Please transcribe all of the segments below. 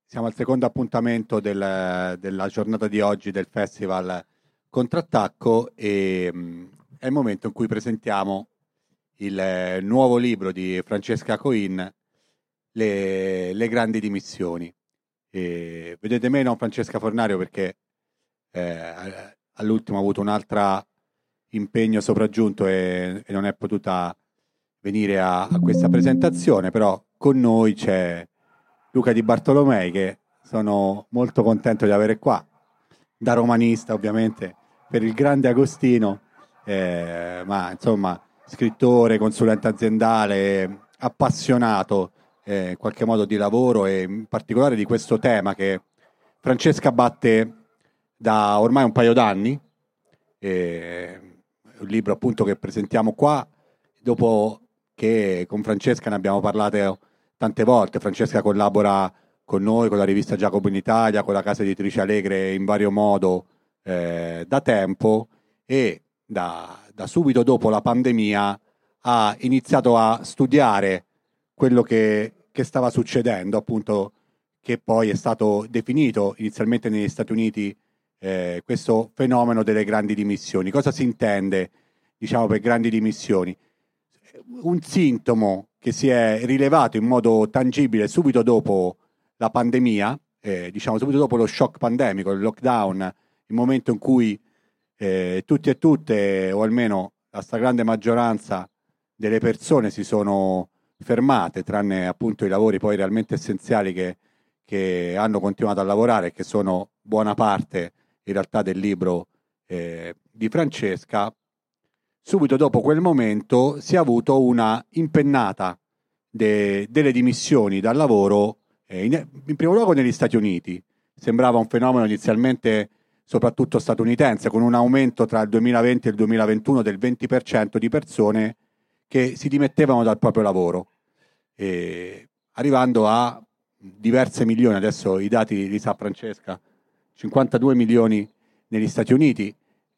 Siamo al secondo appuntamento della giornata di oggi del Festival Contrattacco e è il momento in cui presentiamo il nuovo libro di Francesca Coin, Le grandi dimissioni. E vedete meno Francesca Fornario perché all'ultimo ha avuto un altro impegno sopraggiunto e non è potuta venire a questa presentazione, però con noi c'è Luca Di Bartolomei, che sono molto contento di avere qua, da romanista ovviamente, per il grande Agostino, ma insomma scrittore, consulente aziendale, appassionato in qualche modo di lavoro e in particolare di questo tema che Francesca batte da ormai un paio d'anni, un libro appunto che presentiamo qua, dopo che con Francesca ne abbiamo parlato tante volte. Francesca collabora con noi, con la rivista Giacomo in Italia, con la casa editrice Alegre in vario modo da tempo e da subito dopo la pandemia ha iniziato a studiare quello che stava succedendo, appunto, che poi è stato definito inizialmente negli Stati Uniti questo fenomeno delle grandi dimissioni. Cosa si intende, diciamo, per grandi dimissioni? Un sintomo che si è rilevato in modo tangibile subito dopo la pandemia, diciamo subito dopo lo shock pandemico, il lockdown, il momento in cui tutti e tutte, o almeno la stragrande maggioranza delle persone si sono fermate, tranne appunto i lavori poi realmente essenziali che hanno continuato a lavorare, che sono buona parte in realtà del libro di Francesca. Subito dopo quel momento si è avuto una impennata delle dimissioni dal lavoro, in primo luogo negli Stati Uniti. Sembrava un fenomeno inizialmente soprattutto statunitense, con un aumento tra il 2020 e il 2021 del 20% di persone che si dimettevano dal proprio lavoro, arrivando a diverse milioni. Adesso i dati li sa Francesca: 52 milioni negli Stati Uniti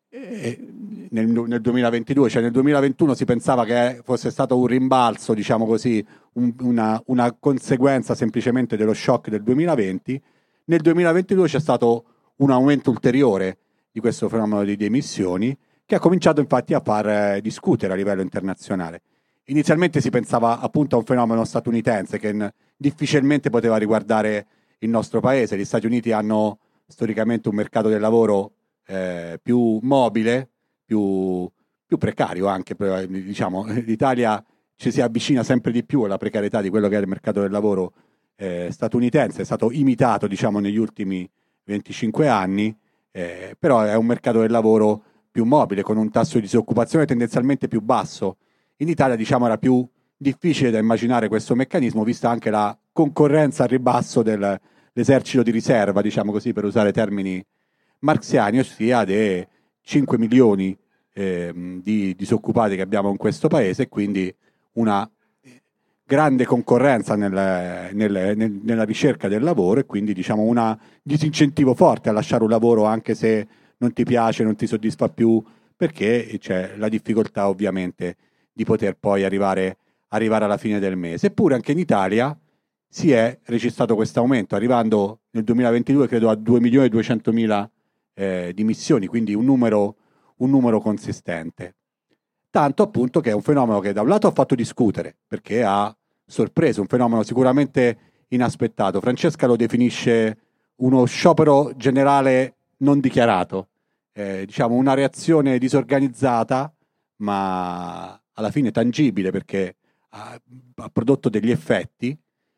nel 2022, cioè nel 2021 si pensava che fosse stato un rimbalzo, diciamo così, una conseguenza semplicemente dello shock del 2020. Nel 2022 c'è stato un aumento ulteriore di questo fenomeno di emissioni, che ha cominciato infatti a far discutere a livello internazionale. Inizialmente si pensava appunto a un fenomeno statunitense che difficilmente poteva riguardare il nostro paese. Gli Stati Uniti hanno storicamente un mercato del lavoro più mobile, più precario anche, diciamo. L'Italia ci si avvicina sempre di più alla precarietà di quello che è il mercato del lavoro statunitense, è stato imitato, diciamo, negli ultimi 25 anni, però è un mercato del lavoro più mobile, con un tasso di disoccupazione tendenzialmente più basso. In Italia, diciamo, era più difficile da immaginare questo meccanismo, vista anche la concorrenza al ribasso dell'esercito di riserva, diciamo così, per usare termini marxiani, ossia dei 5 milioni di disoccupati che abbiamo in questo paese, e quindi una grande concorrenza nella ricerca del lavoro, e quindi, diciamo, un disincentivo forte a lasciare un lavoro anche se non ti piace, non ti soddisfa più, perché c'è la difficoltà ovviamente di poter poi arrivare alla fine del mese. Eppure anche in Italia si è registrato questo aumento, arrivando nel 2022 credo a 2.200.000 dimissioni, quindi un numero consistente. Tanto appunto che è un fenomeno che da un lato ha fatto discutere, perché ha sorpreso, un fenomeno sicuramente inaspettato. Francesca lo definisce uno sciopero generale non dichiarato, diciamo una reazione disorganizzata, ma alla fine tangibile, perché ha prodotto degli effetti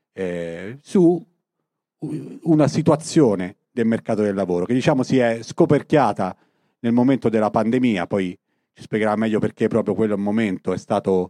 su una situazione del mercato del lavoro che, diciamo, si è scoperchiata nel momento della pandemia. Poi ci spiegherà meglio perché proprio quel momento è stato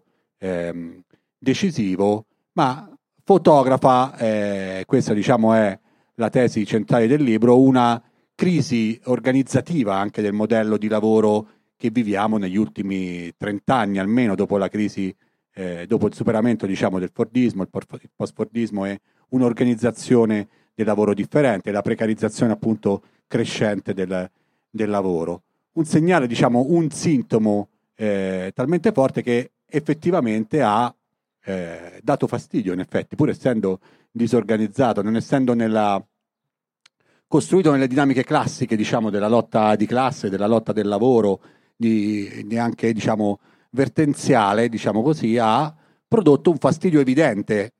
decisivo, ma fotografa, questa, diciamo, è la tesi centrale del libro, una crisi organizzativa anche del modello di lavoro che viviamo negli ultimi 30 anni, almeno dopo la crisi, dopo il superamento, diciamo, del Fordismo, il post-Fordismo, e un'organizzazione del lavoro differente, la precarizzazione appunto crescente del lavoro. Un segnale, diciamo, un sintomo talmente forte che effettivamente ha dato fastidio, in effetti, pur essendo disorganizzato, non essendo costruito nelle dinamiche classiche, diciamo, della lotta di classe, della lotta del lavoro, anche, diciamo, vertenziale, diciamo così, ha prodotto un fastidio evidente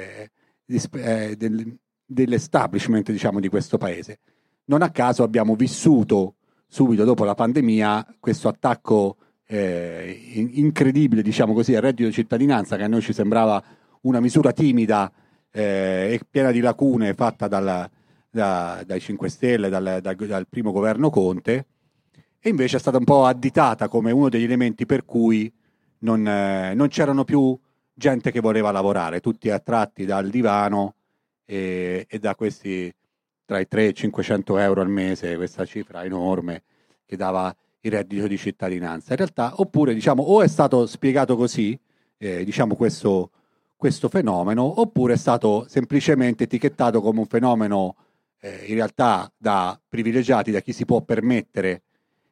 dell'establishment, diciamo, di questo paese. Non a caso abbiamo vissuto subito dopo la pandemia questo attacco incredibile, diciamo così, al reddito di cittadinanza, che a noi ci sembrava una misura timida e piena di lacune fatta dai 5 Stelle, dal primo governo Conte, e invece è stata un po' additata come uno degli elementi per cui non c'erano più gente che voleva lavorare, tutti attratti dal divano e da questi tra i 3 e i 500 euro al mese, questa cifra enorme che dava il reddito di cittadinanza. In realtà, oppure, diciamo, o è stato spiegato così, diciamo, questo fenomeno, oppure è stato semplicemente etichettato come un fenomeno in realtà da privilegiati, da chi si può permettere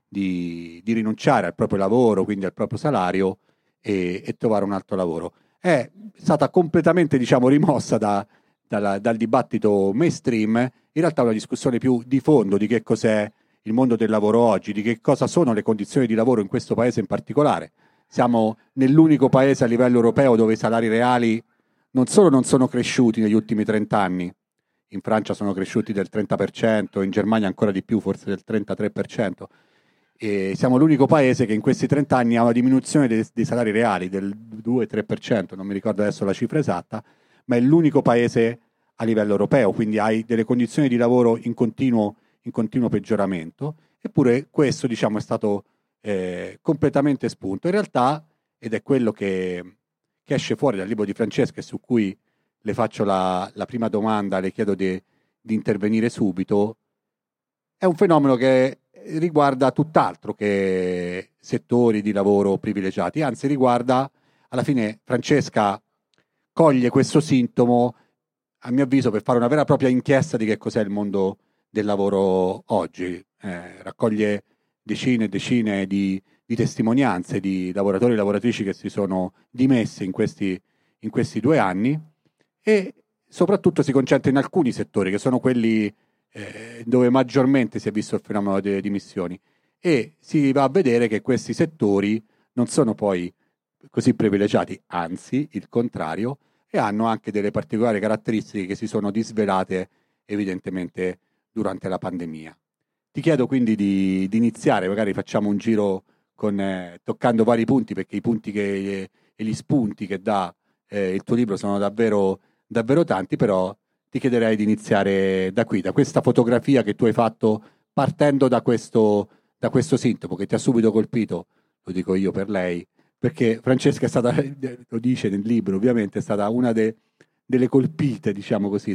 di rinunciare al proprio lavoro, quindi al proprio salario, e trovare un altro lavoro. È stata completamente, diciamo, rimossa dal dibattito mainstream, in realtà una discussione più di fondo di che cos'è il mondo del lavoro oggi, di che cosa sono le condizioni di lavoro in questo paese in particolare. Siamo nell'unico paese a livello europeo dove i salari reali non solo non sono cresciuti negli ultimi 30 anni, in Francia sono cresciuti del 30%, in Germania ancora di più, forse del 33%, e siamo l'unico paese che in questi 30 anni ha una diminuzione dei salari reali del 2-3%, non mi ricordo adesso la cifra esatta, ma è l'unico paese a livello europeo, quindi hai delle condizioni di lavoro in continuo peggioramento, eppure questo, diciamo, è stato completamente espunto. In realtà, ed è quello che esce fuori dal libro di Francesca e su cui le faccio la prima domanda, le chiedo di intervenire subito, è un fenomeno che riguarda tutt'altro che settori di lavoro privilegiati, anzi riguarda, alla fine Francesca coglie questo sintomo, a mio avviso, per fare una vera e propria inchiesta di che cos'è il mondo del lavoro oggi. Raccoglie decine e decine di testimonianze di lavoratori e lavoratrici che si sono dimessi in questi 2 anni, e soprattutto si concentra in alcuni settori che sono quelli dove maggiormente si è visto il fenomeno delle dimissioni, e si va a vedere che questi settori non sono poi così privilegiati, anzi il contrario, e hanno anche delle particolari caratteristiche che si sono disvelate evidentemente durante la pandemia. Ti chiedo quindi di iniziare, magari facciamo un giro toccando vari punti, perché i punti e gli spunti che dà il tuo libro sono davvero, davvero tanti, però ti chiederei di iniziare da qui, da questa fotografia che tu hai fatto partendo da questo sintomo che ti ha subito colpito, lo dico io per lei, perché Francesca è stata, lo dice nel libro, ovviamente è stata una delle colpite, diciamo così,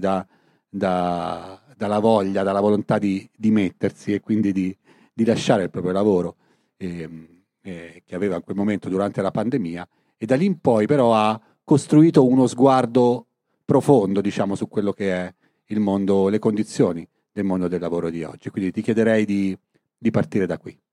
dalla voglia, dalla volontà di mettersi e quindi di lasciare il proprio lavoro che aveva in quel momento durante la pandemia, e da lì in poi però ha costruito uno sguardo profondo, diciamo, su quello che è il mondo, le condizioni del mondo del lavoro di oggi. Quindi ti chiederei di partire da qui.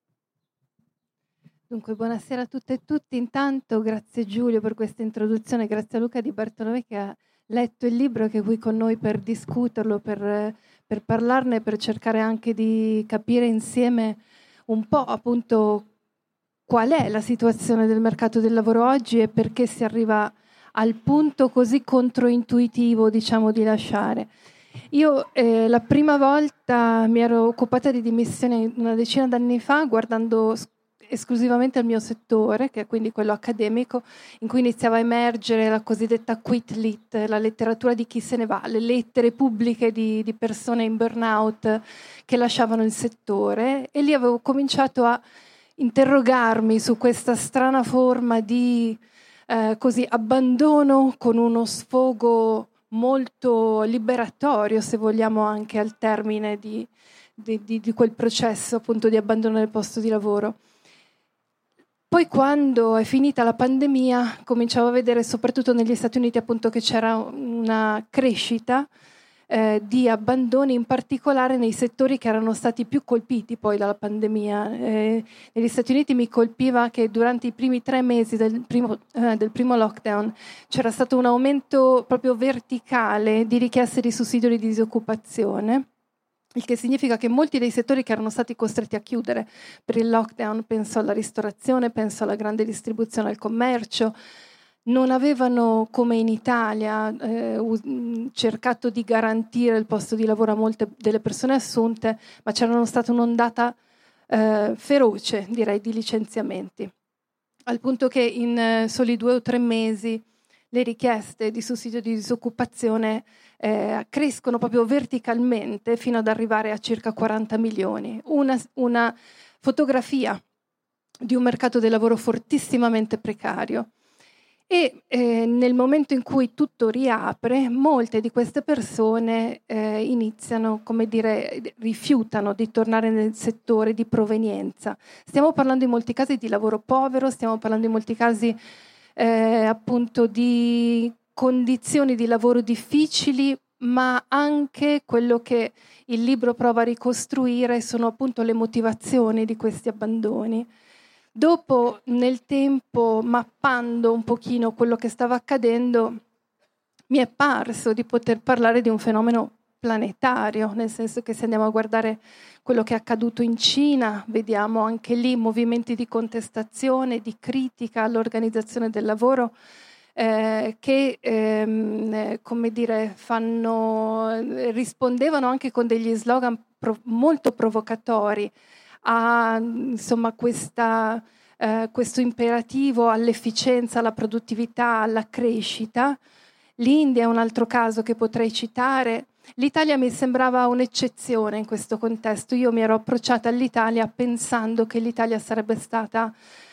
Dunque, buonasera a tutte e tutti. Intanto grazie Giulio per questa introduzione, grazie a Luca Di Bartolomei che ha letto il libro, che è qui con noi per discuterlo, per parlarne, per cercare anche di capire insieme un po' appunto qual è la situazione del mercato del lavoro oggi e perché si arriva al punto così controintuitivo, diciamo, di lasciare. Io la prima volta mi ero occupata di dimissioni una decina d'anni fa, guardando esclusivamente al mio settore, che è quindi quello accademico, in cui iniziava a emergere la cosiddetta quit lit, la letteratura di chi se ne va, le lettere pubbliche di persone in burnout che lasciavano il settore, e lì avevo cominciato a interrogarmi su questa strana forma di così abbandono con uno sfogo molto liberatorio, se vogliamo, anche al termine di quel processo appunto di abbandono del posto di lavoro. Poi quando è finita la pandemia cominciavo a vedere soprattutto negli Stati Uniti appunto che c'era una crescita di abbandoni, in particolare nei settori che erano stati più colpiti poi dalla pandemia. Negli Stati Uniti mi colpiva che durante i primi 3 mesi del primo lockdown c'era stato un aumento proprio verticale di richieste di sussidio di disoccupazione, il che significa che molti dei settori che erano stati costretti a chiudere per il lockdown, penso alla ristorazione, penso alla grande distribuzione al commercio, non avevano, come in Italia, cercato di garantire il posto di lavoro a molte delle persone assunte, ma c'era stata un'ondata feroce, direi, di licenziamenti, al punto che in soli 2 o 3 mesi le richieste di sussidio di disoccupazione crescono proprio verticalmente fino ad arrivare a circa 40 milioni. Una fotografia di un mercato del lavoro fortissimamente precario. E nel momento in cui tutto riapre, molte di queste persone iniziano, come dire, rifiutano di tornare nel settore di provenienza. Stiamo parlando in molti casi di lavoro povero, stiamo parlando in molti casi appunto di condizioni di lavoro difficili, ma anche quello che il libro prova a ricostruire sono appunto le motivazioni di questi abbandoni. Dopo, nel tempo, mappando un pochino quello che stava accadendo, mi è parso di poter parlare di un fenomeno planetario, nel senso che se andiamo a guardare quello che è accaduto in Cina, vediamo anche lì movimenti di contestazione, di critica all'organizzazione del lavoro che come dire, rispondevano anche con degli slogan molto provocatori a insomma questo imperativo all'efficienza, alla produttività, alla crescita. L'India è un altro caso che potrei citare. L'Italia mi sembrava un'eccezione in questo contesto. Io mi ero approcciata all'Italia pensando che l'Italia sarebbe stata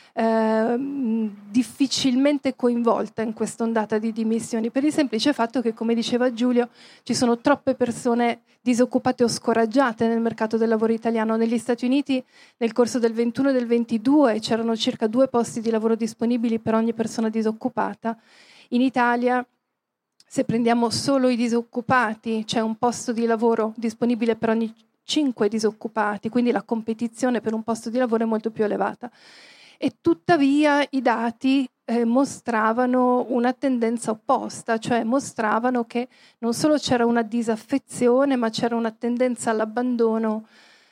difficilmente coinvolta in quest'ondata di dimissioni, per il semplice fatto che, come diceva Giulio, ci sono troppe persone disoccupate o scoraggiate nel mercato del lavoro italiano. Negli Stati Uniti nel corso del 21 e del 22 c'erano circa 2 posti di lavoro disponibili per ogni persona disoccupata. In Italia, se prendiamo solo i disoccupati, c'è un posto di lavoro disponibile per ogni 5 disoccupati, quindi la competizione per un posto di lavoro è molto più elevata. E tuttavia i dati mostravano una tendenza opposta, cioè mostravano che non solo c'era una disaffezione, ma c'era una tendenza all'abbandono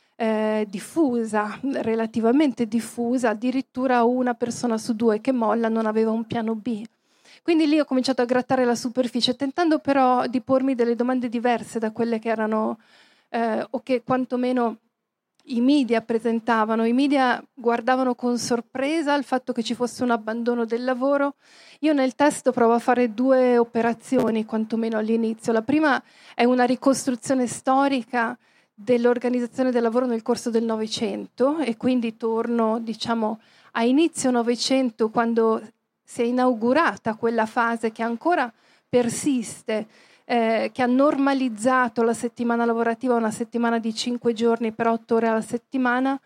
diffusa, relativamente diffusa, addirittura 1 persona su 2 che molla non aveva un piano B. Quindi lì ho cominciato a grattare la superficie, tentando però di pormi delle domande diverse da quelle che erano, o che quantomeno i media presentavano. I media guardavano con sorpresa il fatto che ci fosse un abbandono del lavoro. Io nel testo provo a fare 2 operazioni, quantomeno all'inizio. La prima è una ricostruzione storica dell'organizzazione del lavoro nel corso del Novecento, e quindi torno, diciamo, a inizio Novecento, quando si è inaugurata quella fase che ancora persiste, che ha normalizzato la settimana lavorativa, una settimana di 5 giorni per 8 ore alla settimana,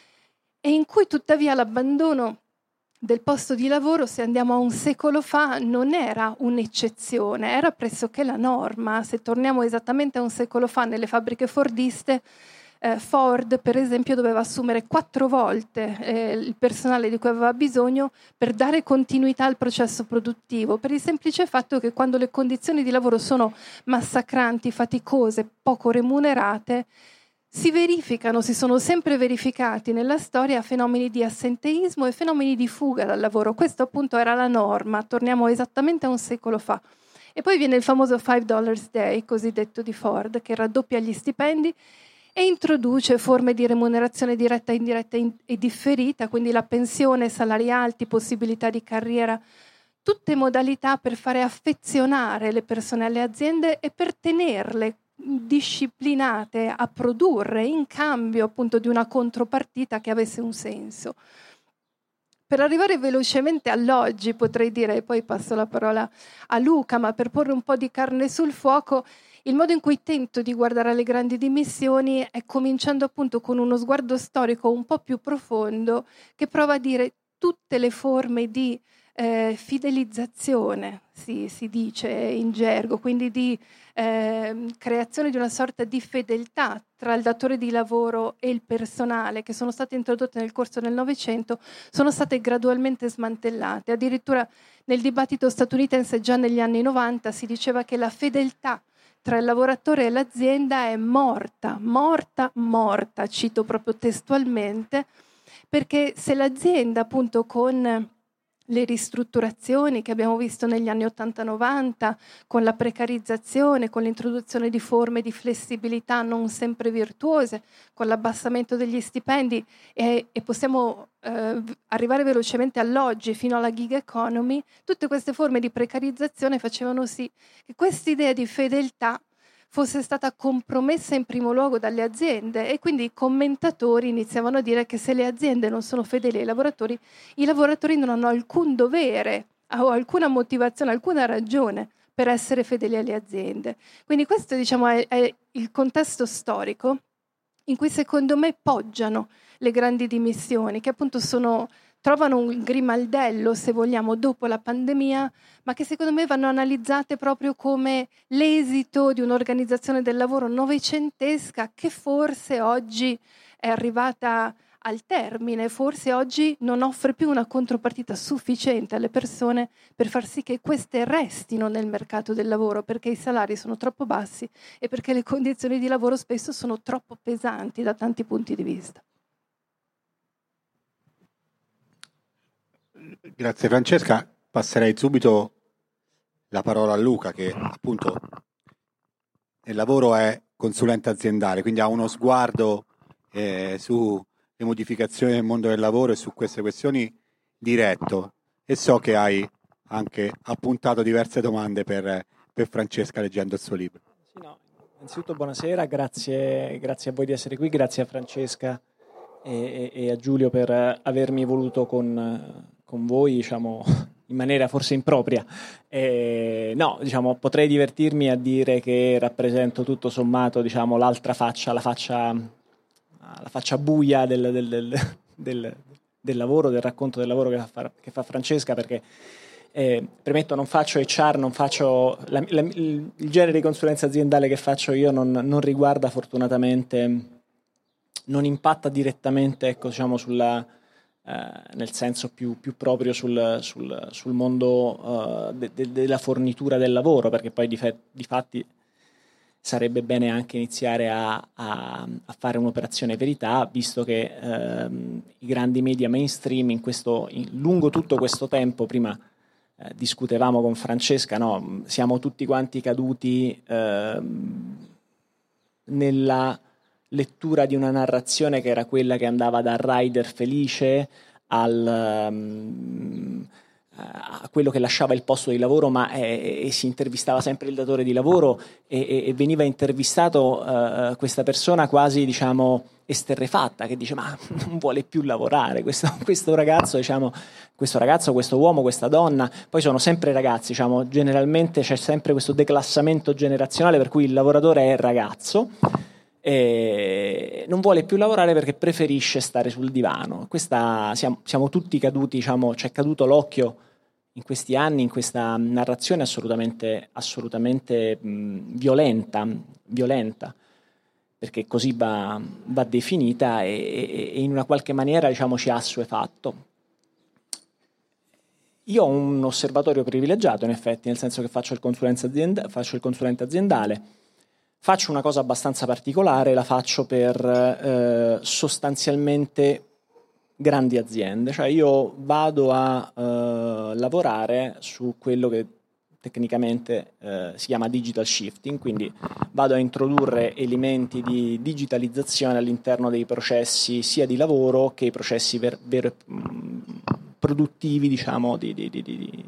e in cui tuttavia l'abbandono del posto di lavoro, se andiamo a un secolo fa, non era un'eccezione, era pressoché la norma. Se torniamo esattamente a un secolo fa, nelle fabbriche fordiste, Ford, per esempio, doveva assumere 4 volte il personale di cui aveva bisogno per dare continuità al processo produttivo, per il semplice fatto che quando le condizioni di lavoro sono massacranti, faticose, poco remunerate, si sono sempre verificati nella storia fenomeni di assenteismo e fenomeni di fuga dal lavoro. Questo appunto era la norma, torniamo esattamente a un secolo fa. E poi viene il famoso $5 Day, cosiddetto di Ford, che raddoppia gli stipendi e introduce forme di remunerazione diretta, indiretta e differita, quindi la pensione, salari alti, possibilità di carriera, tutte modalità per fare affezionare le persone alle aziende e per tenerle disciplinate a produrre in cambio appunto di una contropartita che avesse un senso. Per arrivare velocemente all'oggi, potrei dire, e poi passo la parola a Luca, ma per porre un po' di carne sul fuoco, il modo in cui tento di guardare alle grandi dimissioni è cominciando appunto con uno sguardo storico un po' più profondo, che prova a dire tutte le forme di fidelizzazione, si dice in gergo, quindi di creazione di una sorta di fedeltà tra il datore di lavoro e il personale, che sono state introdotte nel corso del Novecento, sono state gradualmente smantellate. Addirittura nel dibattito statunitense già negli anni 90 si diceva che la fedeltà tra il lavoratore e l'azienda è morta, cito proprio testualmente, perché se l'azienda appunto con le ristrutturazioni che abbiamo visto negli anni 80-90, con la precarizzazione, con l'introduzione di forme di flessibilità non sempre virtuose, con l'abbassamento degli stipendi e possiamo arrivare velocemente all'oggi, fino alla gig economy, tutte queste forme di precarizzazione facevano sì che quest'idea di fedeltà fosse stata compromessa in primo luogo dalle aziende, e quindi i commentatori iniziavano a dire che se le aziende non sono fedeli ai lavoratori, i lavoratori non hanno alcun dovere o alcuna motivazione, alcuna ragione per essere fedeli alle aziende. Quindi questo, diciamo, è il contesto storico in cui secondo me poggiano le grandi dimissioni, che appunto trovano un grimaldello, se vogliamo, dopo la pandemia, ma che secondo me vanno analizzate proprio come l'esito di un'organizzazione del lavoro novecentesca che forse oggi è arrivata al termine, forse oggi non offre più una contropartita sufficiente alle persone per far sì che queste restino nel mercato del lavoro, perché i salari sono troppo bassi e perché le condizioni di lavoro spesso sono troppo pesanti da tanti punti di vista. Grazie Francesca, passerei subito la parola a Luca, che appunto nel lavoro è consulente aziendale, quindi ha uno sguardo sulle modificazioni del mondo del lavoro e su queste questioni diretto, e so che hai anche appuntato diverse domande per Francesca leggendo il suo libro. Sì, no. Innanzitutto buonasera, grazie a voi di essere qui, grazie a Francesca e a Giulio per avermi voluto con voi, diciamo, in maniera forse impropria. No, diciamo, potrei divertirmi a dire che rappresento tutto sommato, diciamo, l'altra faccia, la faccia buia del lavoro, del racconto del lavoro che fa Francesca, perché premetto, non faccio HR, non faccio il genere di consulenza aziendale che faccio io non riguarda fortunatamente, non impatta direttamente, ecco, diciamo, nel senso più proprio sul mondo della fornitura del lavoro, perché poi di fatti sarebbe bene anche iniziare a fare un'operazione verità, visto che i grandi media mainstream lungo tutto questo tempo, prima discutevamo con Francesca, no? Siamo tutti quanti caduti nella lettura di una narrazione che era quella che andava dal rider felice a quello che lasciava il posto di lavoro, ma si intervistava sempre il datore di lavoro e veniva intervistato questa persona quasi, diciamo, esterrefatta, che dice ma non vuole più lavorare questo ragazzo, diciamo, questo uomo, questa donna. Poi sono sempre ragazzi, diciamo, generalmente c'è sempre questo declassamento generazionale per cui il lavoratore è ragazzo e non vuole più lavorare perché preferisce stare sul divano. Siamo tutti caduti, diciamo, c'è caduto l'occhio in questi anni in questa narrazione assolutamente violenta, perché così va definita e in una qualche maniera, diciamo, ci ha assuefatto. Io ho un osservatorio privilegiato, in effetti, nel senso che faccio il consulente aziendale. Faccio una cosa abbastanza particolare, la faccio per sostanzialmente grandi aziende, cioè io vado a lavorare su quello che tecnicamente si chiama digital shifting, quindi vado a introdurre elementi di digitalizzazione all'interno dei processi sia di lavoro che i processi produttivi, diciamo, di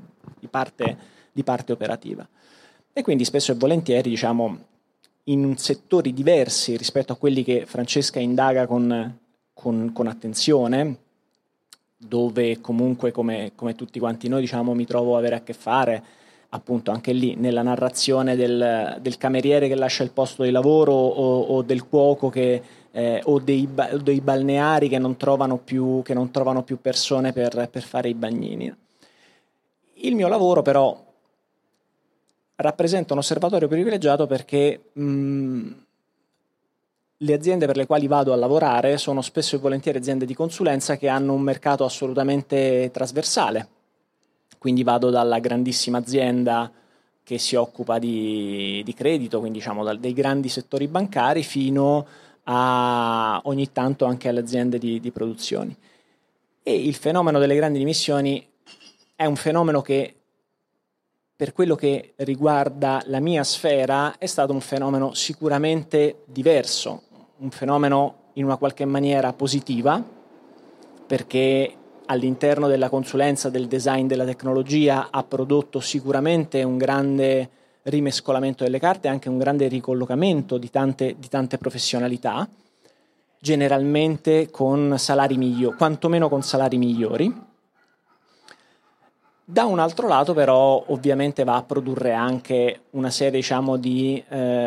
parte operativa. E quindi spesso e volentieri, diciamo, in settori diversi rispetto a quelli che Francesca indaga con attenzione, dove comunque come tutti quanti noi, diciamo, mi trovo a avere a che fare, appunto, anche lì nella narrazione del cameriere che lascia il posto di lavoro o del cuoco o dei balneari che non trovano più persone per fare i bagnini. Il mio lavoro però rappresenta un osservatorio privilegiato perché le aziende per le quali vado a lavorare sono spesso e volentieri aziende di consulenza che hanno un mercato assolutamente trasversale. Quindi vado dalla grandissima azienda che si occupa di credito, quindi diciamo dai grandi settori bancari fino a ogni tanto anche alle aziende di produzioni. E il fenomeno delle grandi dimissioni è un fenomeno che, per quello che riguarda la mia sfera, è stato un fenomeno sicuramente diverso, un fenomeno in una qualche maniera positiva, perché all'interno della consulenza, del design, della tecnologia ha prodotto sicuramente un grande rimescolamento delle carte e anche un grande ricollocamento di tante professionalità, generalmente con salari migliori, quantomeno con salari migliori. Da un altro lato però ovviamente va a produrre anche una serie, diciamo, di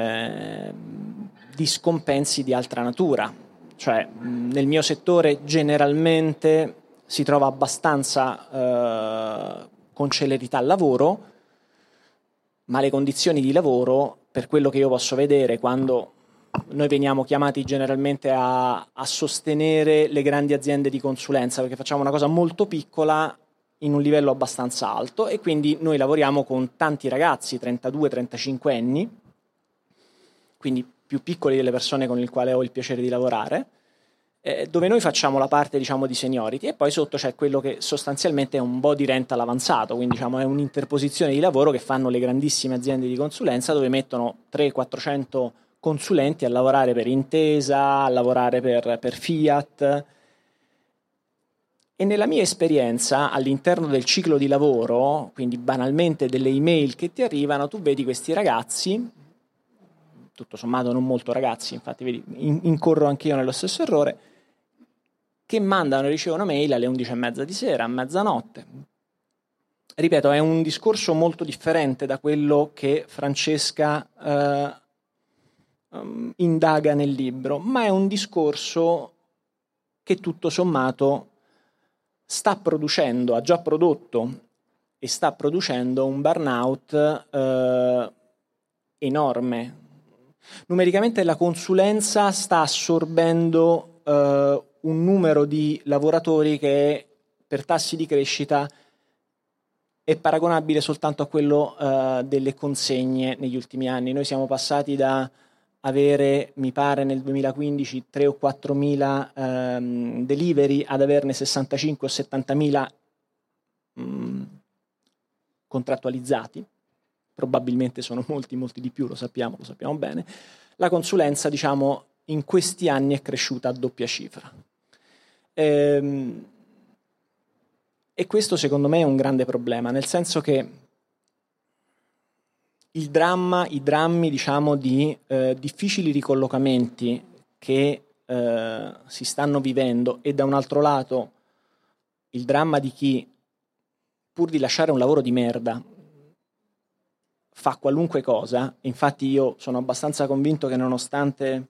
scompensi di altra natura, cioè nel mio settore generalmente si trova abbastanza con celerità al lavoro, ma le condizioni di lavoro, per quello che io posso vedere quando noi veniamo chiamati generalmente a sostenere le grandi aziende di consulenza, perché facciamo una cosa molto piccola in un livello abbastanza alto, e quindi noi lavoriamo con tanti ragazzi, 32-35 anni, quindi più piccoli delle persone con le quali ho il piacere di lavorare, dove noi facciamo la parte, diciamo, di seniority, e poi sotto c'è quello che sostanzialmente è un body rental avanzato, quindi diciamo è un'interposizione di lavoro che fanno le grandissime aziende di consulenza, dove mettono 300-400 consulenti a lavorare per Intesa, a lavorare per Fiat. E nella mia esperienza, all'interno del ciclo di lavoro, quindi banalmente delle email che ti arrivano, tu vedi questi ragazzi, tutto sommato non molto ragazzi, infatti vedi, incorro anch'io nello stesso errore, che mandano e ricevono mail alle 11:30 di sera, a mezzanotte. Ripeto, è un discorso molto differente da quello che Francesca indaga nel libro, ma è un discorso che tutto sommato sta producendo, ha già prodotto e sta producendo un burnout enorme. Numericamente la consulenza sta assorbendo un numero di lavoratori che per tassi di crescita è paragonabile soltanto a quello delle consegne negli ultimi anni. Noi siamo passati da avere, mi pare, nel 2015 3 o 4 mila delivery ad averne 65 o 70 mila contrattualizzati. Probabilmente sono molti di più, lo sappiamo bene. La consulenza, diciamo, in questi anni è cresciuta a doppia cifra. E questo secondo me è un grande problema, nel senso che i drammi, diciamo, di difficili ricollocamenti che si stanno vivendo, e da un altro lato il dramma di chi, pur di lasciare un lavoro di merda, fa qualunque cosa. Infatti io sono abbastanza convinto che nonostante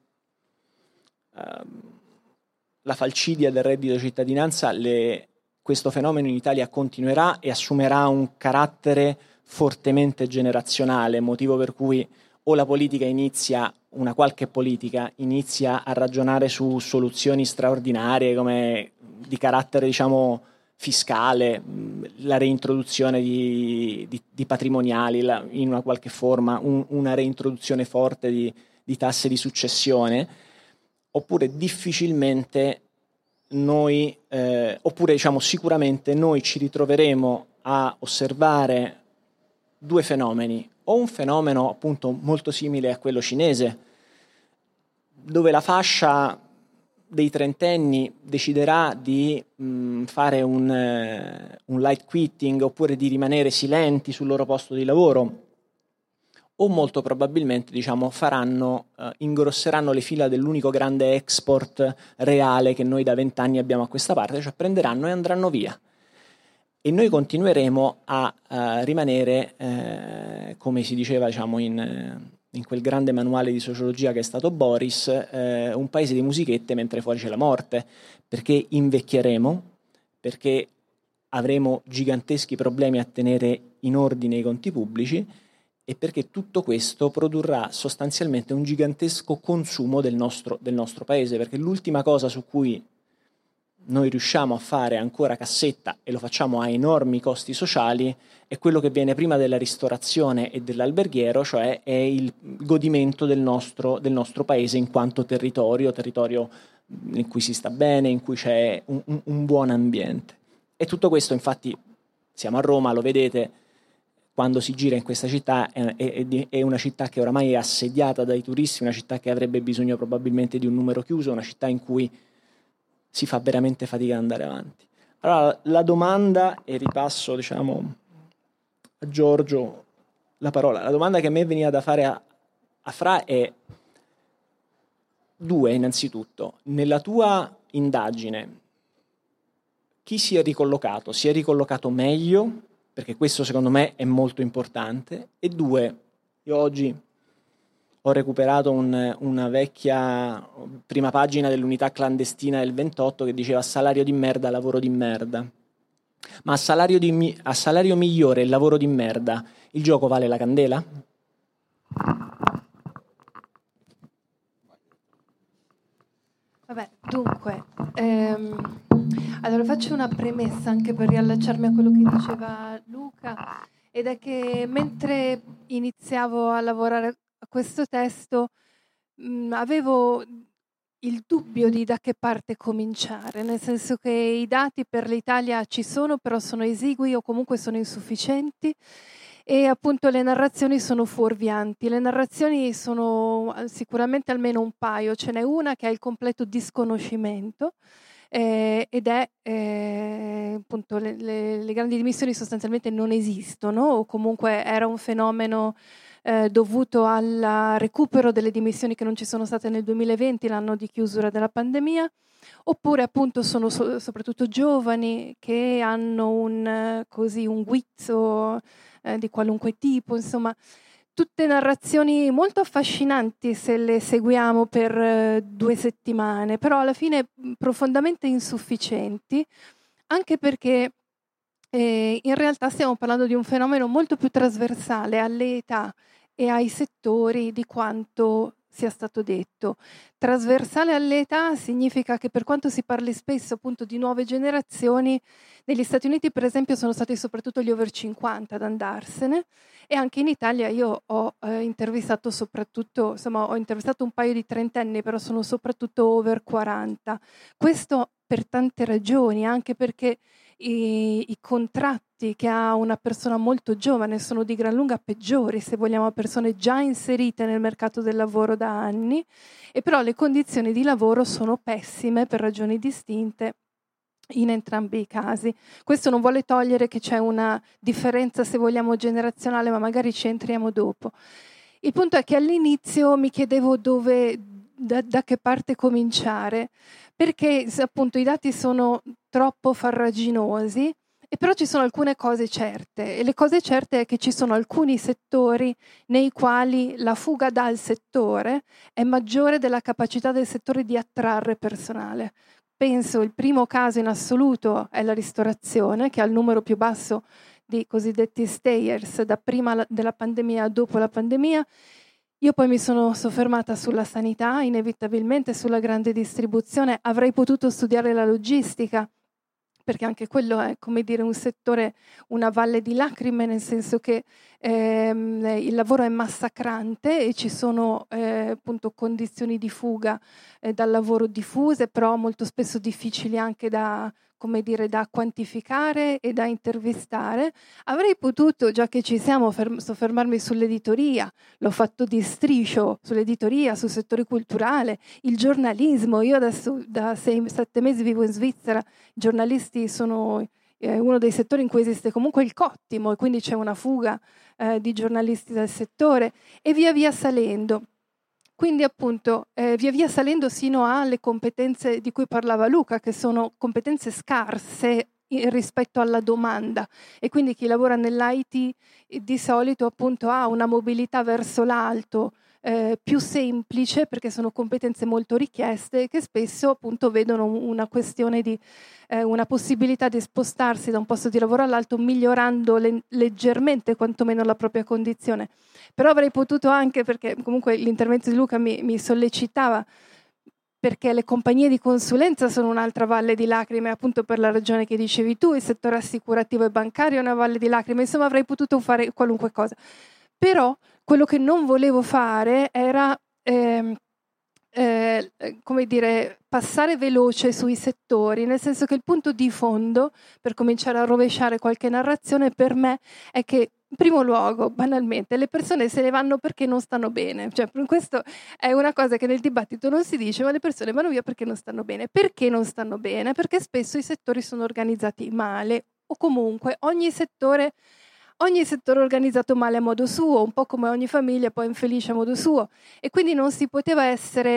la falcidia del reddito di cittadinanza, questo fenomeno in Italia continuerà e assumerà un carattere fortemente generazionale, motivo per cui o la politica una qualche politica inizia a ragionare su soluzioni straordinarie come di carattere, diciamo, fiscale, la reintroduzione di patrimoniali in una qualche forma, una reintroduzione forte di tasse di successione, oppure difficilmente noi, oppure diciamo sicuramente noi ci ritroveremo a osservare due fenomeni, o un fenomeno appunto molto simile a quello cinese, dove la fascia dei trentenni deciderà di fare un light quitting oppure di rimanere silenti sul loro posto di lavoro, o molto probabilmente, diciamo, ingrosseranno le fila dell'unico grande export reale che noi da 20 anni abbiamo a questa parte, cioè prenderanno e andranno via. E noi continueremo a rimanere, come si diceva, diciamo, in quel grande manuale di sociologia che è stato Boris, un paese di musichette mentre fuori c'è la morte, perché invecchieremo, perché avremo giganteschi problemi a tenere in ordine i conti pubblici, e perché tutto questo produrrà sostanzialmente un gigantesco consumo del nostro paese, perché l'ultima cosa su cui noi riusciamo a fare ancora cassetta e lo facciamo a enormi costi sociali è quello che viene prima della ristorazione e dell'alberghiero, cioè è il godimento del nostro paese in quanto territorio in cui si sta bene, in cui c'è un buon ambiente. E tutto questo, infatti, siamo a Roma, lo vedete, quando si gira in questa città è una città che oramai è assediata dai turisti, una città che avrebbe bisogno probabilmente di un numero chiuso, una città in cui si fa veramente fatica ad andare avanti. Allora, la domanda, e ripasso, diciamo, a Giorgio la parola, la domanda che a me veniva da fare a Fra è due, innanzitutto. Nella tua indagine, chi si è ricollocato? Si è ricollocato meglio? Perché questo secondo me è molto importante. E due, io oggi ho recuperato una vecchia prima pagina dell'Unità Clandestina del 28 che diceva salario di merda, lavoro di merda. Ma a salario migliore e lavoro di merda, il gioco vale la candela? Vabbè, dunque, allora faccio una premessa anche per riallacciarmi a quello che diceva Luca, ed è che mentre iniziavo a lavorare a questo testo avevo il dubbio di da che parte cominciare, nel senso che i dati per l'Italia ci sono, però sono esigui o comunque sono insufficienti, e appunto le narrazioni sono fuorvianti. Le narrazioni sono sicuramente almeno un paio, ce n'è una che ha il completo disconoscimento, ed è appunto le grandi dimissioni sostanzialmente non esistono, o comunque era un fenomeno dovuto al recupero delle dimissioni che non ci sono state nel 2020, l'anno di chiusura della pandemia, oppure appunto sono soprattutto giovani che hanno un guizzo di qualunque tipo, insomma, tutte narrazioni molto affascinanti se le seguiamo per 2 settimane, però alla fine profondamente insufficienti, anche perché in realtà stiamo parlando di un fenomeno molto più trasversale alle età e ai settori di quanto sia stato detto. Trasversale alle età significa che, per quanto si parli spesso appunto di nuove generazioni, negli Stati Uniti per esempio sono stati soprattutto gli over 50 ad andarsene, e anche in Italia io ho intervistato un paio di trentenni, però sono soprattutto over 40. Questo per tante ragioni, anche perché i contratti che ha una persona molto giovane sono di gran lunga peggiori, se vogliamo, a persone già inserite nel mercato del lavoro da anni, e però le condizioni di lavoro sono pessime per ragioni distinte in entrambi i casi. Questo non vuole togliere che c'è una differenza, se vogliamo, generazionale, ma magari ci entriamo dopo. Il punto è che all'inizio mi chiedevo da che parte cominciare, perché appunto i dati sono troppo farraginosi, e però ci sono alcune cose certe, e le cose certe è che ci sono alcuni settori nei quali la fuga dal settore è maggiore della capacità del settore di attrarre personale. Penso il primo caso in assoluto è la ristorazione, che ha il numero più basso di cosiddetti stayers da prima della pandemia a dopo la pandemia. Io poi mi sono soffermata sulla sanità, inevitabilmente sulla grande distribuzione. Avrei potuto studiare la logistica, perché anche quello è, come dire, un settore, una valle di lacrime, nel senso che il lavoro è massacrante e ci sono appunto condizioni di fuga dal lavoro diffuse, però molto spesso difficili anche da quantificare e da intervistare. Avrei potuto, già che ci siamo, soffermarmi sull'editoria, l'ho fatto di striscio, sull'editoria, sul settore culturale, il giornalismo. Io adesso da 6-7 mesi vivo in Svizzera, i giornalisti sono uno dei settori in cui esiste comunque il cottimo, e quindi c'è una fuga di giornalisti dal settore, e via via salendo. Quindi appunto via via salendo sino alle competenze di cui parlava Luca, che sono competenze scarse rispetto alla domanda, e quindi chi lavora nell'IT di solito appunto ha una mobilità verso l'alto più semplice, perché sono competenze molto richieste, che spesso appunto vedono una questione di una possibilità di spostarsi da un posto di lavoro all'altro, migliorando leggermente quantomeno la propria condizione. Però avrei potuto anche, perché comunque l'intervento di Luca mi sollecitava, perché le compagnie di consulenza sono un'altra valle di lacrime, appunto per la ragione che dicevi tu, il settore assicurativo e bancario è una valle di lacrime, insomma avrei potuto fare qualunque cosa. Però quello che non volevo fare era come dire, passare veloce sui settori, nel senso che il punto di fondo, per cominciare a rovesciare qualche narrazione, per me è che, in primo luogo, banalmente, le persone se ne vanno perché non stanno bene. Cioè, questo è una cosa che nel dibattito non si dice, ma le persone vanno via perché non stanno bene. Perché non stanno bene? Perché spesso i settori sono organizzati male, o comunque ogni settore è organizzato male a modo suo, un po' come ogni famiglia poi infelice a modo suo, e quindi non si poteva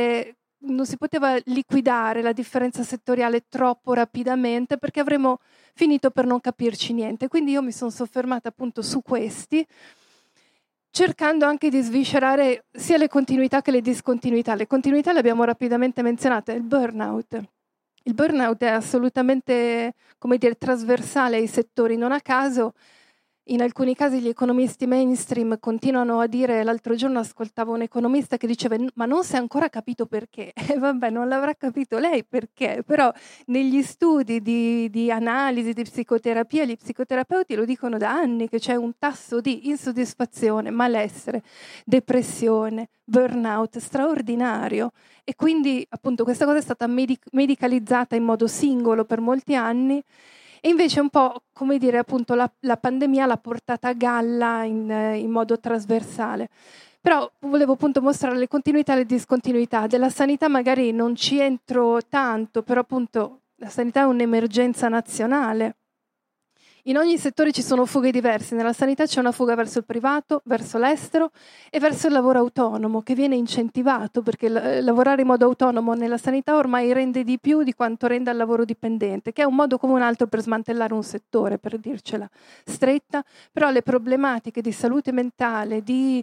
liquidare la differenza settoriale troppo rapidamente, perché avremmo finito per non capirci niente. Quindi io mi sono soffermata appunto su questi, cercando anche di sviscerare sia le continuità che le discontinuità. Le continuità le abbiamo rapidamente menzionate: il burnout. Il burnout è assolutamente, come dire, trasversale ai settori, non a caso. In alcuni casi gli economisti mainstream continuano a dire, l'altro giorno ascoltavo un economista che diceva ma non si è ancora capito perché, e vabbè non l'avrà capito lei perché, però negli studi di analisi, di psicoterapia, gli psicoterapeuti lo dicono da anni che c'è un tasso di insoddisfazione, malessere, depressione, burnout straordinario, e quindi appunto questa cosa è stata medicalizzata in modo singolo per molti anni. E invece un po', come dire, appunto la pandemia l'ha portata a galla in modo trasversale. Però volevo appunto mostrare le continuità e le discontinuità. Della sanità magari non ci entro tanto, però appunto la sanità è un'emergenza nazionale. In ogni settore ci sono fughe diverse. Nella sanità c'è una fuga verso il privato, verso l'estero e verso il lavoro autonomo, che viene incentivato, perché lavorare in modo autonomo nella sanità ormai rende di più di quanto renda il lavoro dipendente, che è un modo come un altro per smantellare un settore, per dircela stretta. Però le problematiche di salute mentale, di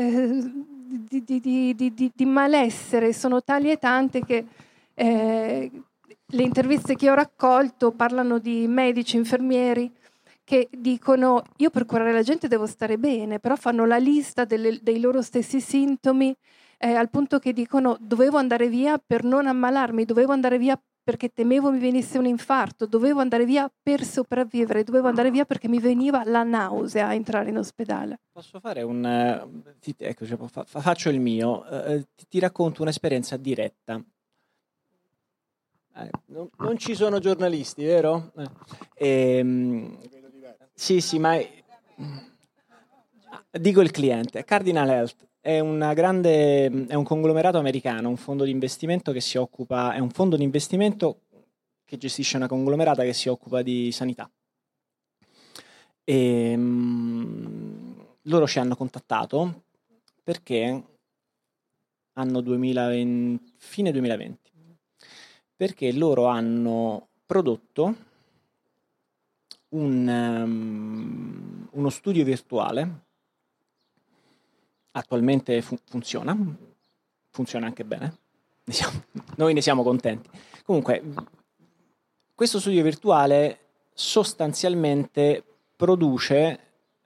malessere sono tali e tante che le interviste che ho raccolto parlano di medici, infermieri che dicono: io per curare la gente devo stare bene, però fanno la lista dei loro stessi sintomi, al punto che dicono: dovevo andare via per non ammalarmi, dovevo andare via perché temevo mi venisse un infarto, dovevo andare via per sopravvivere, dovevo andare via perché mi veniva la nausea a entrare in ospedale. Posso fare faccio il mio, ti racconto un'esperienza diretta. Non ci sono giornalisti, vero? Sì, ma dico il cliente. Cardinal Health è un conglomerato americano, un fondo di investimento che si occupa, è un fondo di investimento che gestisce una conglomerata che si occupa di sanità. Loro ci hanno contattato perché fine 2020. Perché loro hanno prodotto uno studio virtuale, attualmente funziona anche bene, noi ne siamo contenti. Comunque, questo studio virtuale sostanzialmente produce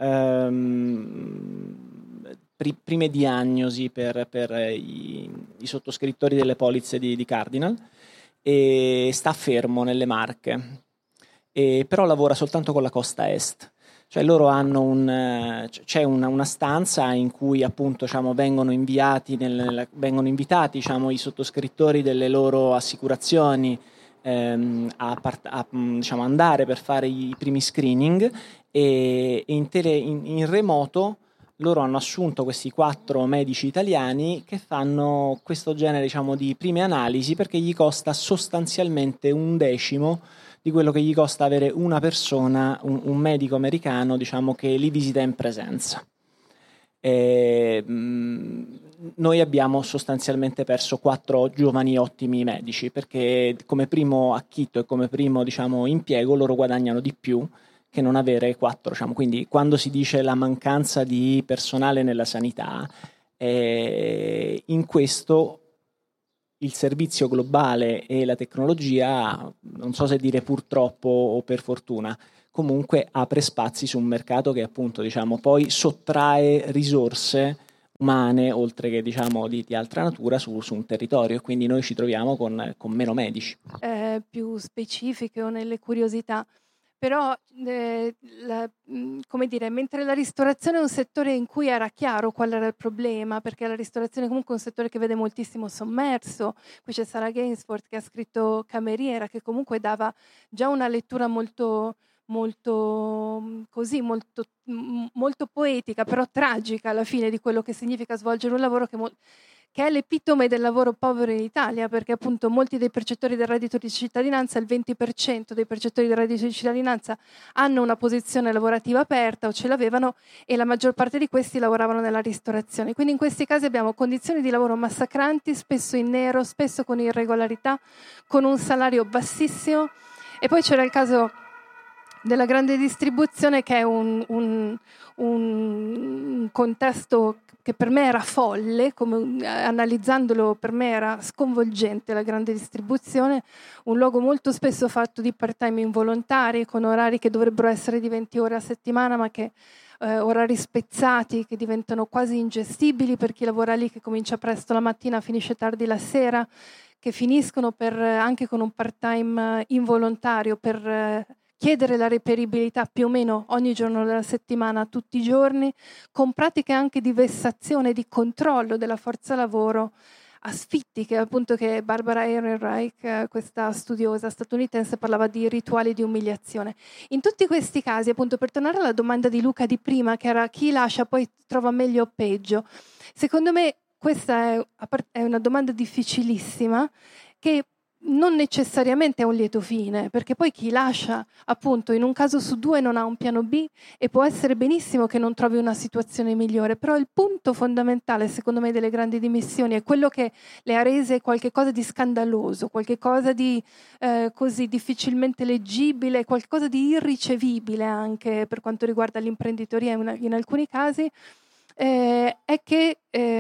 prime diagnosi per i sottoscrittori delle polizze di Cardinal, e sta fermo nelle Marche, però lavora soltanto con la costa est. Cioè loro hanno c'è una stanza in cui appunto vengono invitati i sottoscrittori delle loro assicurazioni a andare per fare i primi screening, e in remoto loro hanno assunto questi 4 medici italiani che fanno questo genere di prime analisi, perché gli costa sostanzialmente 1/10 di quello che gli costa avere una persona, un medico americano che li visita in presenza. Noi abbiamo sostanzialmente perso 4 giovani ottimi medici, perché come primo acchitto e come primo impiego loro guadagnano di più che non avere 4, quindi quando si dice la mancanza di personale nella sanità, in questo il servizio globale e la tecnologia, non so se dire purtroppo o per fortuna, comunque apre spazi su un mercato che appunto poi sottrae risorse umane, oltre che diciamo di altra natura, su un territorio, e quindi noi ci troviamo con meno medici. Più specifiche o nelle curiosità. Però, come dire, mentre la ristorazione è un settore in cui era chiaro qual era il problema, perché la ristorazione comunque è un settore che vede moltissimo sommerso. Qui c'è Sarah Gainsford che ha scritto Cameriera, che comunque dava già una lettura molto poetica, però tragica alla fine, di quello che significa svolgere un lavoro che è l'epitome del lavoro povero in Italia, perché appunto molti dei percettori del reddito di cittadinanza, il 20% dei percettori del reddito di cittadinanza hanno una posizione lavorativa aperta o ce l'avevano, e la maggior parte di questi lavoravano nella ristorazione. Quindi in questi casi abbiamo condizioni di lavoro massacranti, spesso in nero, spesso con irregolarità, con un salario bassissimo. E poi c'era il caso della grande distribuzione, che è un contesto che per me era folle, analizzandolo per me era sconvolgente. La grande distribuzione, un luogo molto spesso fatto di part-time involontari, con orari che dovrebbero essere di 20 ore a settimana, ma che orari spezzati, che diventano quasi ingestibili per chi lavora lì, che comincia presto la mattina, finisce tardi la sera, che finiscono anche con un part-time involontario per chiedere la reperibilità più o meno ogni giorno della settimana, tutti i giorni, con pratiche anche di vessazione, di controllo della forza lavoro asfittiche, appunto, che Barbara Ehrenreich, questa studiosa statunitense, parlava di rituali di umiliazione. In tutti questi casi, appunto, per tornare alla domanda di Luca di prima, che era chi lascia poi trova meglio o peggio, secondo me questa è una domanda difficilissima, che non necessariamente è un lieto fine, perché poi chi lascia, appunto, in un caso su due non ha un piano B, e può essere benissimo che non trovi una situazione migliore. Però il punto fondamentale, secondo me, delle grandi dimissioni è quello che le ha rese qualcosa di scandaloso, qualcosa di così difficilmente leggibile, qualcosa di irricevibile anche per quanto riguarda l'imprenditoria in alcuni casi, è che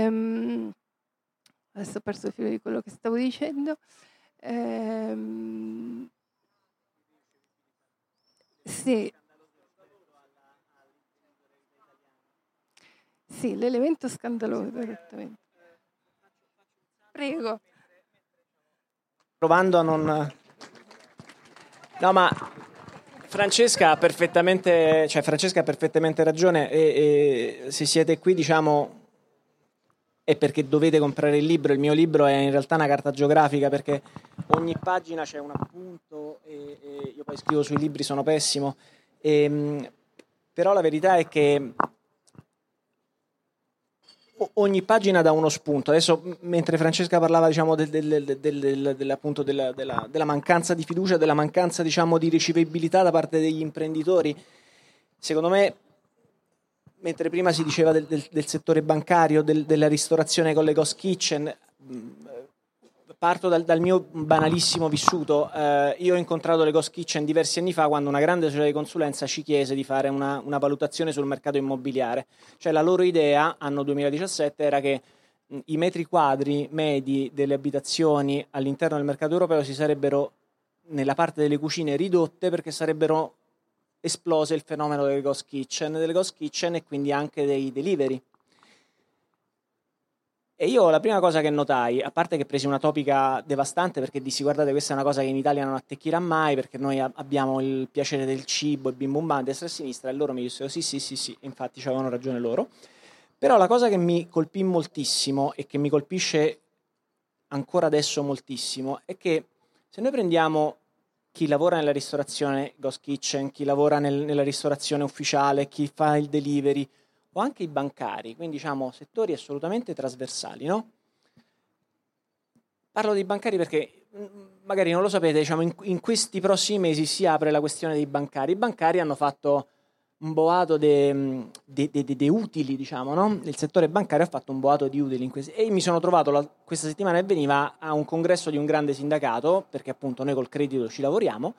adesso ho perso il filo di quello che stavo dicendo. Sì, l'elemento scandaloso, esattamente. Prego. Provando a non... No, ma Francesca ha perfettamente ragione, e se siete qui, diciamo, è perché dovete comprare il libro. Il mio libro è in realtà una carta geografica, perché ogni pagina c'è un appunto, e io poi scrivo sui libri, sono pessimo, però la verità è che ogni pagina dà uno spunto. Adesso, mentre Francesca parlava, diciamo, appunto della mancanza di fiducia, della mancanza, diciamo, di ricevibilità da parte degli imprenditori, secondo me, mentre prima si diceva del settore bancario, della ristorazione con le ghost kitchen, parto dal mio banalissimo vissuto. Io ho incontrato le ghost kitchen diversi anni fa, quando una grande società di consulenza ci chiese di fare una valutazione sul mercato immobiliare. Cioè, la loro idea, anno 2017, era che i metri quadri medi delle abitazioni all'interno del mercato europeo si sarebbero, nella parte delle cucine, ridotte, perché sarebbero esplose il fenomeno delle ghost kitchen e quindi anche dei delivery. E io la prima cosa che notai, a parte che presi una topica devastante, perché dissi: guardate, questa è una cosa che in Italia non attecchirà mai, perché noi abbiamo il piacere del cibo e bim bum bam, destra e sinistra, e loro mi dissero sì, infatti avevano ragione loro. Però la cosa che mi colpì moltissimo, e che mi colpisce ancora adesso moltissimo, è che se noi prendiamo chi lavora nella ristorazione ghost kitchen, chi lavora nella ristorazione ufficiale, chi fa il delivery, o anche i bancari, quindi, diciamo, settori assolutamente trasversali, no? Parlo dei bancari perché magari non lo sapete, diciamo, in questi prossimi mesi si apre la questione dei bancari. I bancari hanno fatto un boato de utili, diciamo, no? Il settore bancario ha fatto un boato di utili e mi sono trovato questa settimana, e veniva a un congresso di un grande sindacato, perché appunto noi col credito ci lavoriamo,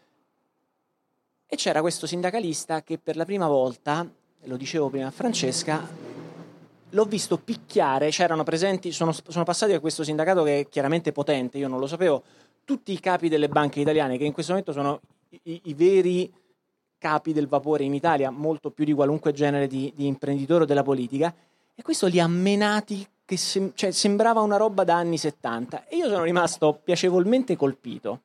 e c'era questo sindacalista che per la prima volta, lo dicevo prima a Francesca, l'ho visto picchiare. C'erano presenti, sono passati a questo sindacato, che è chiaramente potente, io non lo sapevo, tutti i capi delle banche italiane, che in questo momento sono i veri capi del vapore in Italia, molto più di qualunque genere di imprenditore o della politica, E questo li ha menati, che cioè, sembrava una roba da anni 70. E io sono rimasto piacevolmente colpito.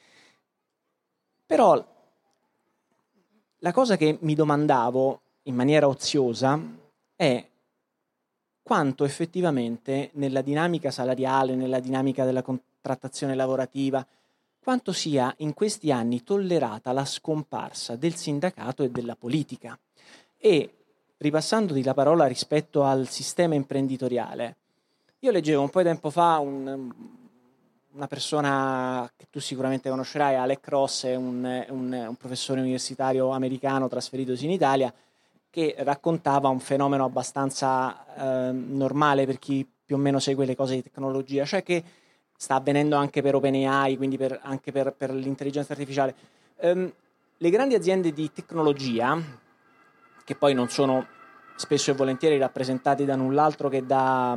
Però la cosa che mi domandavo in maniera oziosa è quanto effettivamente nella dinamica salariale, nella dinamica della contrattazione lavorativa, quanto sia in questi anni tollerata la scomparsa del sindacato e della politica. E ripassandoti la parola rispetto al sistema imprenditoriale, io leggevo un po' di tempo fa una persona che tu sicuramente conoscerai, Alec Ross, è un professore universitario americano trasferitosi in Italia, che raccontava un fenomeno abbastanza normale per chi più o meno segue le cose di tecnologia, cioè che sta avvenendo anche per OpenAI, quindi anche per l'intelligenza artificiale. Le grandi aziende di tecnologia, che poi non sono spesso e volentieri rappresentate da null'altro che da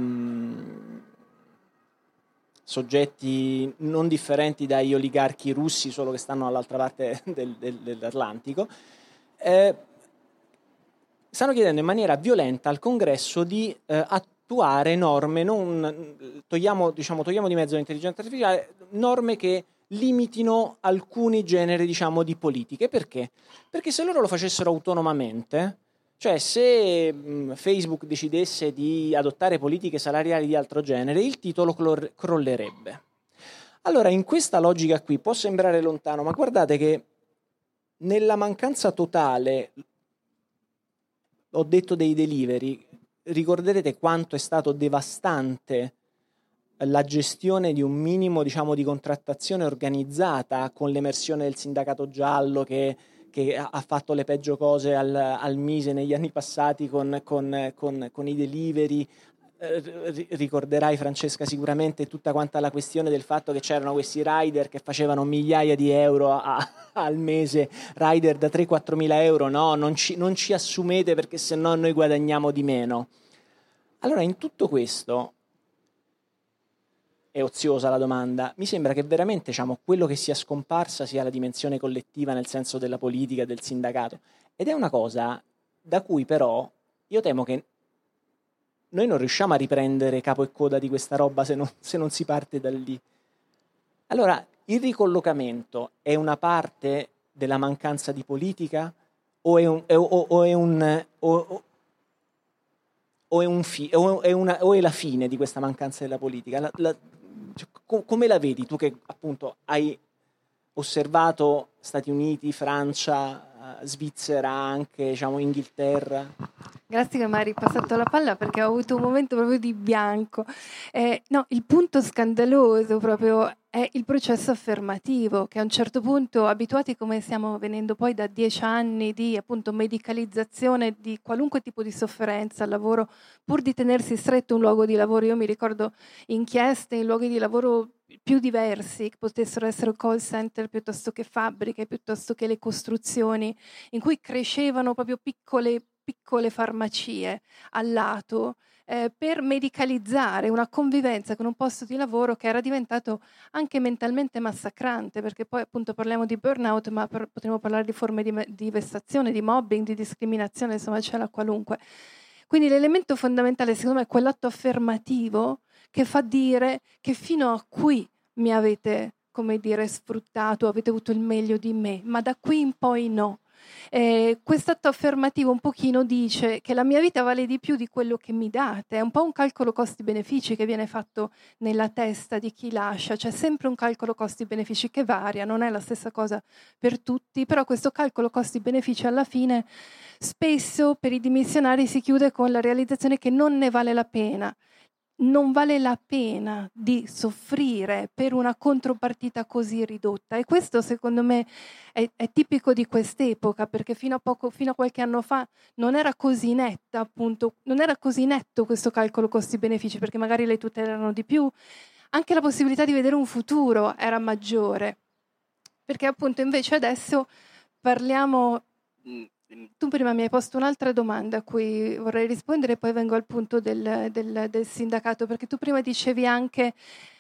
soggetti non differenti dagli oligarchi russi, solo che stanno all'altra parte dell'Atlantico, stanno chiedendo in maniera violenta al Congresso di attuare norme, togliamo di mezzo l'intelligenza artificiale, norme che limitino alcuni generi, diciamo, di politiche. Perché? Perché se loro lo facessero autonomamente, cioè se Facebook decidesse di adottare politiche salariali di altro genere, il titolo crollerebbe. Allora, in questa logica qui può sembrare lontano, ma guardate che nella mancanza totale, ho detto, dei delivery, ricorderete quanto è stato devastante la gestione di un minimo, diciamo, di contrattazione organizzata, con l'emersione del sindacato giallo che ha fatto le peggio cose al Mise negli anni passati con i delivery. Ricorderai, Francesca, sicuramente tutta quanta la questione del fatto che c'erano questi rider che facevano migliaia di euro al mese, rider da 3-4 mila euro. No, non ci assumete perché sennò noi guadagniamo di meno. Allora, in tutto questo, è oziosa la domanda, mi sembra che veramente, diciamo, quello che sia scomparsa sia la dimensione collettiva, nel senso della politica, del sindacato, ed è una cosa da cui però io temo che noi non riusciamo a riprendere capo e coda di questa roba se non si parte da lì. Allora, il ricollocamento è una parte della mancanza di politica o è la fine di questa mancanza della politica? Come la vedi tu, che appunto hai osservato Stati Uniti, Francia, Svizzera, anche, diciamo, Inghilterra? Grazie che mi hai ripassato la palla, perché ho avuto un momento proprio di bianco. No, il punto scandaloso proprio è il processo affermativo, che a un certo punto, abituati come stiamo venendo poi da 10 anni di appunto medicalizzazione di qualunque tipo di sofferenza al lavoro, pur di tenersi stretto un luogo di lavoro. Io mi ricordo inchieste in luoghi di lavoro più diversi, che potessero essere call center piuttosto che fabbriche, piuttosto che le costruzioni, in cui crescevano proprio piccole farmacie al lato, per medicalizzare una convivenza con un posto di lavoro che era diventato anche mentalmente massacrante, perché poi appunto parliamo di burnout, ma potremmo parlare di forme di vessazione, di mobbing, di discriminazione, insomma c'è la qualunque. Quindi l'elemento fondamentale secondo me è quell'atto affermativo che fa dire che fino a qui mi avete, come dire, sfruttato, avete avuto il meglio di me, ma da qui in poi no. Quest'atto affermativo un pochino dice che la mia vita vale di più di quello che mi date. È un po' un calcolo costi-benefici che viene fatto nella testa di chi lascia. C'è sempre un calcolo costi-benefici che varia, non è la stessa cosa per tutti, però questo calcolo costi-benefici alla fine spesso per i dimissionari si chiude con la realizzazione che non ne vale la pena. Non vale la pena di soffrire per una contropartita così ridotta, e questo secondo me è tipico di quest'epoca, perché fino a qualche anno fa non era così netta, appunto, non era così netto questo calcolo costi-benefici, perché magari le tutele erano di più, anche la possibilità di vedere un futuro era maggiore, perché appunto invece adesso parliamo. Tu prima mi hai posto un'altra domanda a cui vorrei rispondere, poi vengo al punto del sindacato, perché tu prima dicevi anche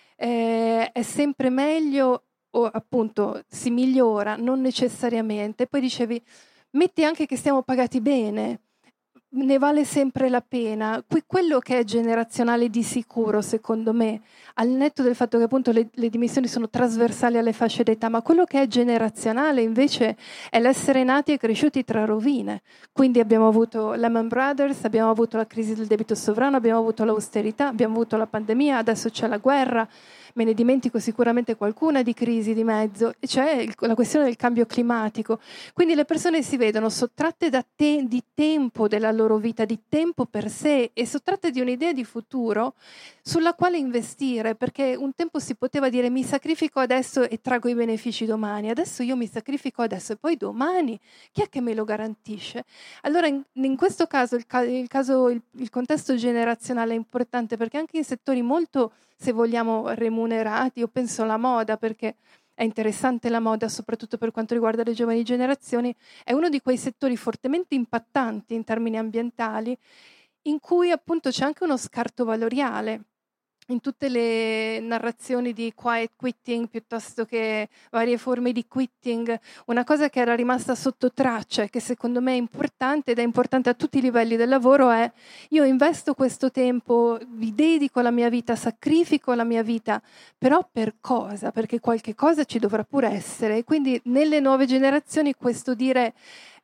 è sempre meglio o appunto si migliora, non necessariamente. Poi dicevi metti anche che siamo pagati bene, ne vale sempre la pena. Quello che è generazionale di sicuro, secondo me, al netto del fatto che appunto le dimissioni sono trasversali alle fasce d'età, ma quello che è generazionale invece è l'essere nati e cresciuti tra rovine. Quindi abbiamo avuto Lehman Brothers, abbiamo avuto la crisi del debito sovrano, abbiamo avuto l'austerità, abbiamo avuto la pandemia, adesso c'è la guerra, me ne dimentico sicuramente qualcuna di crisi di mezzo, e c'è la questione del cambio climatico. Quindi le persone si vedono sottratte di tempo della loro vita, di tempo per sé, e sottratte di un'idea di futuro sulla quale investire, perché un tempo si poteva dire mi sacrifico adesso e trago i benefici domani, adesso io mi sacrifico adesso e poi domani chi è che me lo garantisce? Allora in questo caso il contesto generazionale è importante, perché anche in settori molto, se vogliamo, remunerati, io penso alla moda, perché è interessante la moda, soprattutto per quanto riguarda le giovani generazioni, è uno di quei settori fortemente impattanti in termini ambientali, in cui appunto c'è anche uno scarto valoriale. In tutte le narrazioni di quiet quitting piuttosto che varie forme di quitting, una cosa che era rimasta sotto traccia e che secondo me è importante ed è importante a tutti i livelli del lavoro è: io investo questo tempo, vi dedico la mia vita, sacrifico la mia vita, però per cosa? Perché qualche cosa ci dovrà pure essere, e quindi nelle nuove generazioni questo dire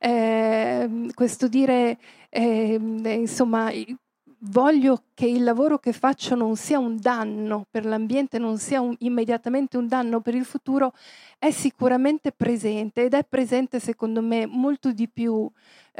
insomma, voglio che il lavoro che faccio non sia un danno per l'ambiente, non sia immediatamente un danno per il futuro, è sicuramente presente, ed è presente secondo me molto di più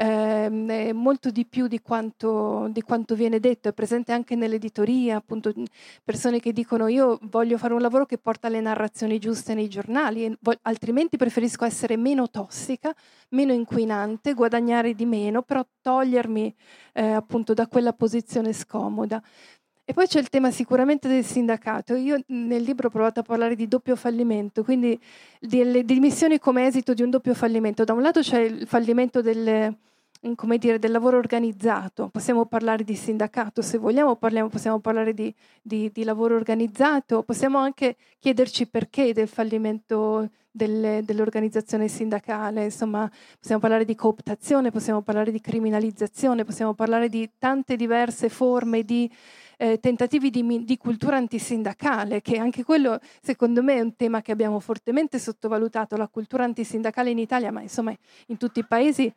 di quanto viene detto. È presente anche nell'editoria, appunto, persone che dicono io voglio fare un lavoro che porta le narrazioni giuste nei giornali, altrimenti preferisco essere meno tossica, meno inquinante, guadagnare di meno, però togliermi appunto da quella posizione scomoda. E poi c'è il tema sicuramente del sindacato. Io nel libro ho provato a parlare di doppio fallimento, quindi delle dimissioni come esito di un doppio fallimento. Da un lato c'è il fallimento del lavoro organizzato, possiamo parlare di sindacato se vogliamo, possiamo parlare di lavoro organizzato, possiamo anche chiederci perché del fallimento dell'organizzazione sindacale, insomma possiamo parlare di cooptazione, possiamo parlare di criminalizzazione, possiamo parlare di tante diverse forme di tentativi di cultura antisindacale, che anche quello secondo me è un tema che abbiamo fortemente sottovalutato, la cultura antisindacale in Italia, ma insomma in tutti i paesi,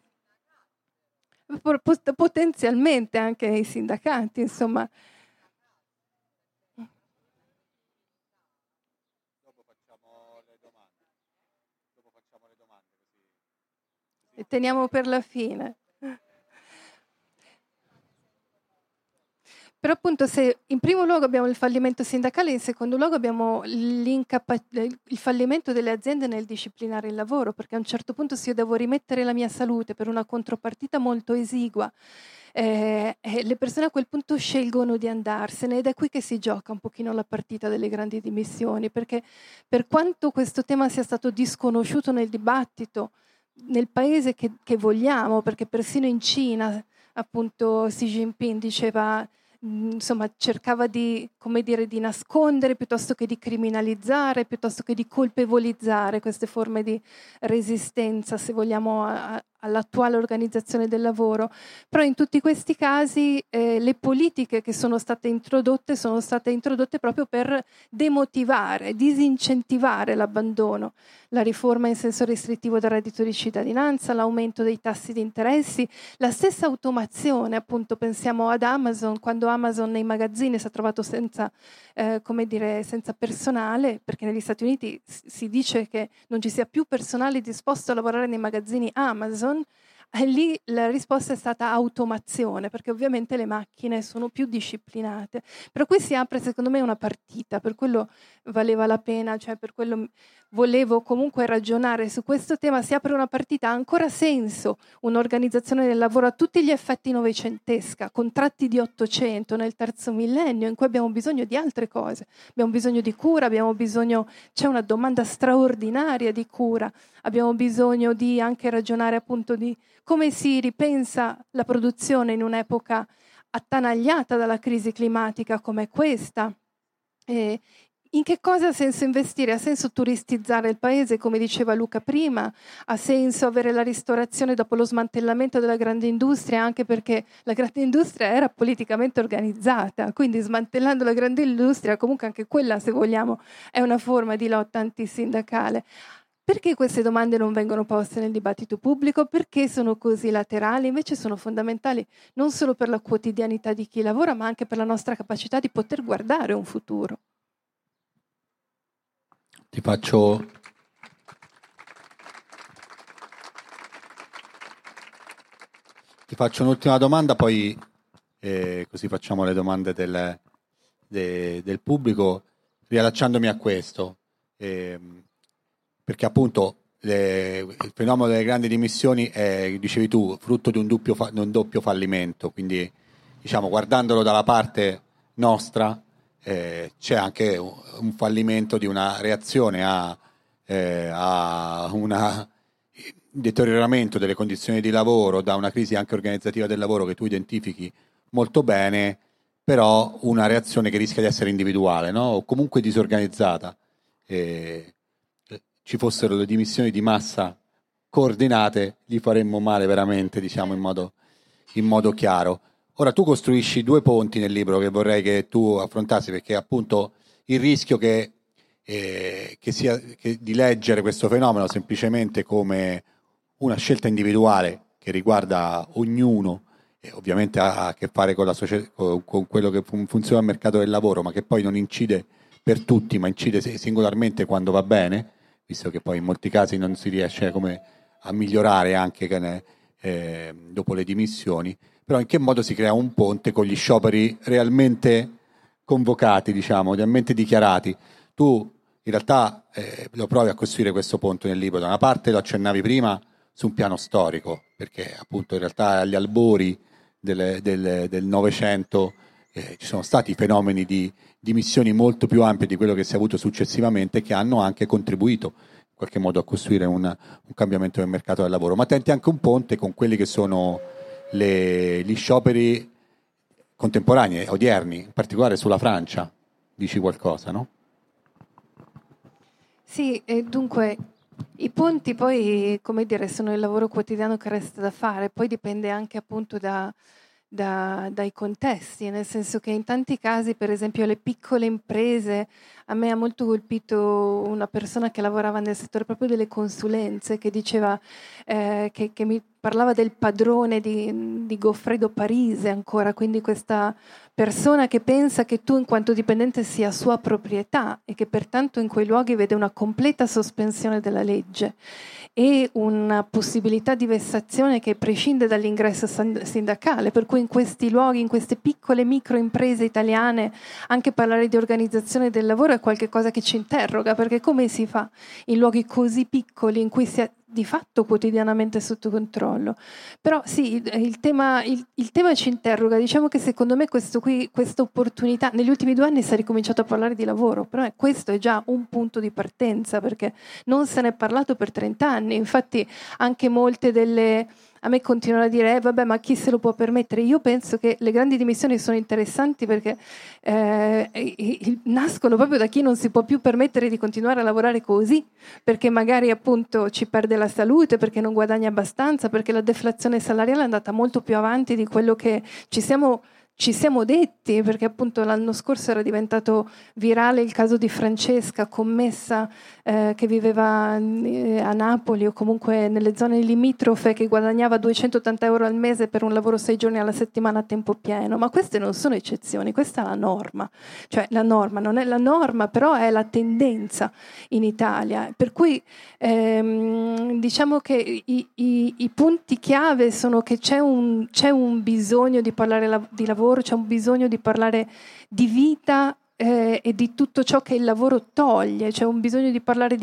potenzialmente anche nei sindacati, insomma. Dopo facciamo le domande così. E teniamo per la fine. Però appunto se in primo luogo abbiamo il fallimento sindacale, in secondo luogo abbiamo il fallimento delle aziende nel disciplinare il lavoro, perché a un certo punto se io devo rimettere la mia salute per una contropartita molto esigua, le persone a quel punto scelgono di andarsene, ed è qui che si gioca un pochino la partita delle grandi dimissioni, perché per quanto questo tema sia stato disconosciuto nel dibattito, nel paese che vogliamo, perché persino in Cina appunto Xi Jinping diceva, insomma cercava di nascondere piuttosto che di criminalizzare, piuttosto che di colpevolizzare queste forme di resistenza, se vogliamo, all'attuale organizzazione del lavoro. Però in tutti questi casi le politiche che sono state introdotte proprio per demotivare, disincentivare l'abbandono. La riforma in senso restrittivo del reddito di cittadinanza, l'aumento dei tassi di interessi, la stessa automazione, appunto pensiamo ad Amazon, quando Amazon nei magazzini si è trovato senza personale, perché negli Stati Uniti si dice che non ci sia più personale disposto a lavorare nei magazzini Amazon, e lì la risposta è stata automazione, perché ovviamente le macchine sono più disciplinate. Però qui si apre secondo me una partita, per quello valeva la pena, cioè per quello volevo comunque ragionare su questo tema. Si apre una partita, ha ancora senso un'organizzazione del lavoro a tutti gli effetti novecentesca, contratti di 800 nel terzo millennio, in cui abbiamo bisogno di altre cose, abbiamo bisogno di cura, c'è una domanda straordinaria di cura, abbiamo bisogno di anche ragionare appunto di come si ripensa la produzione in un'epoca attanagliata dalla crisi climatica come questa. in che cosa ha senso investire? Ha senso turistizzare il paese, come diceva Luca prima? Ha senso avere la ristorazione dopo lo smantellamento della grande industria, anche perché la grande industria era politicamente organizzata, quindi smantellando la grande industria, comunque anche quella, se vogliamo, è una forma di lotta antisindacale. Perché queste domande non vengono poste nel dibattito pubblico? Perché sono così laterali? Invece sono fondamentali non solo per la quotidianità di chi lavora, ma anche per la nostra capacità di poter guardare un futuro. Ti faccio un'ultima domanda, poi così facciamo le domande del pubblico, riallacciandomi a questo. Perché appunto il fenomeno delle grandi dimissioni è, dicevi tu, frutto di un doppio fallimento, quindi diciamo guardandolo dalla parte nostra c'è anche un fallimento di una reazione a un deterioramento delle condizioni di lavoro, da una crisi anche organizzativa del lavoro che tu identifichi molto bene, però una reazione che rischia di essere individuale, no? O comunque disorganizzata. Ci fossero le dimissioni di massa coordinate, gli faremmo male veramente, diciamo in modo chiaro. Ora tu costruisci due ponti nel libro che vorrei che tu affrontassi, perché appunto il rischio che di leggere questo fenomeno semplicemente come una scelta individuale che riguarda ognuno e ovviamente ha a che fare con con quello che funziona al mercato del lavoro, ma che poi non incide per tutti, ma incide singolarmente quando va bene, visto che poi in molti casi non si riesce a migliorare anche dopo le dimissioni. Però in che modo si crea un ponte con gli scioperi realmente convocati, diciamo, realmente dichiarati? Tu in realtà lo provi a costruire questo ponte nel libro. Da una parte lo accennavi prima su un piano storico, perché appunto in realtà agli albori del Novecento ci sono stati fenomeni di dimissioni molto più ampie di quello che si è avuto successivamente, che hanno anche contribuito in qualche modo a costruire un cambiamento del mercato del lavoro. Ma tenti anche un ponte con quelli che sono gli scioperi contemporanei, odierni, in particolare sulla Francia. Dici qualcosa, no? Sì, e dunque i ponti poi, come dire, sono il lavoro quotidiano che resta da fare, poi dipende anche appunto dai contesti, nel senso che in tanti casi, per esempio le piccole imprese, a me ha molto colpito una persona che lavorava nel settore proprio delle consulenze, che diceva, che mi parlava del padrone di Goffredo Parise ancora, quindi questa persona che pensa che tu in quanto dipendente sia sua proprietà e che pertanto in quei luoghi vede una completa sospensione della legge e una possibilità di vessazione che prescinde dall'ingresso sindacale, per cui in questi luoghi, in queste piccole micro imprese italiane, anche parlare di organizzazione del lavoro è qualcosa che ci interroga, perché come si fa in luoghi così piccoli in cui si è di fatto quotidianamente sotto controllo? Però sì, il tema ci interroga. Diciamo che secondo me questa opportunità, negli ultimi 2 anni si è ricominciato a parlare di lavoro, però questo è già un punto di partenza, perché non se ne è parlato per 30 anni. Infatti anche molte a me continuano a dire vabbè, ma chi se lo può permettere? Io penso che le grandi dimissioni sono interessanti perché nascono proprio da chi non si può più permettere di continuare a lavorare così, perché magari appunto ci perde la salute, perché non guadagna abbastanza, perché la deflazione salariale è andata molto più avanti di quello che ci siamo detti, perché appunto l'anno scorso era diventato virale il caso di Francesca, commessa che viveva a Napoli o comunque nelle zone limitrofe, che guadagnava 280 euro al mese per un lavoro 6 giorni alla settimana a tempo pieno. Ma queste non sono eccezioni, questa è la norma. Cioè la norma non è la norma, però è la tendenza in Italia. Per cui diciamo che i punti chiave sono che c'è un bisogno di parlare di lavoro, c'è un bisogno di parlare di vita e di tutto ciò che il lavoro toglie, c'è un bisogno di parlare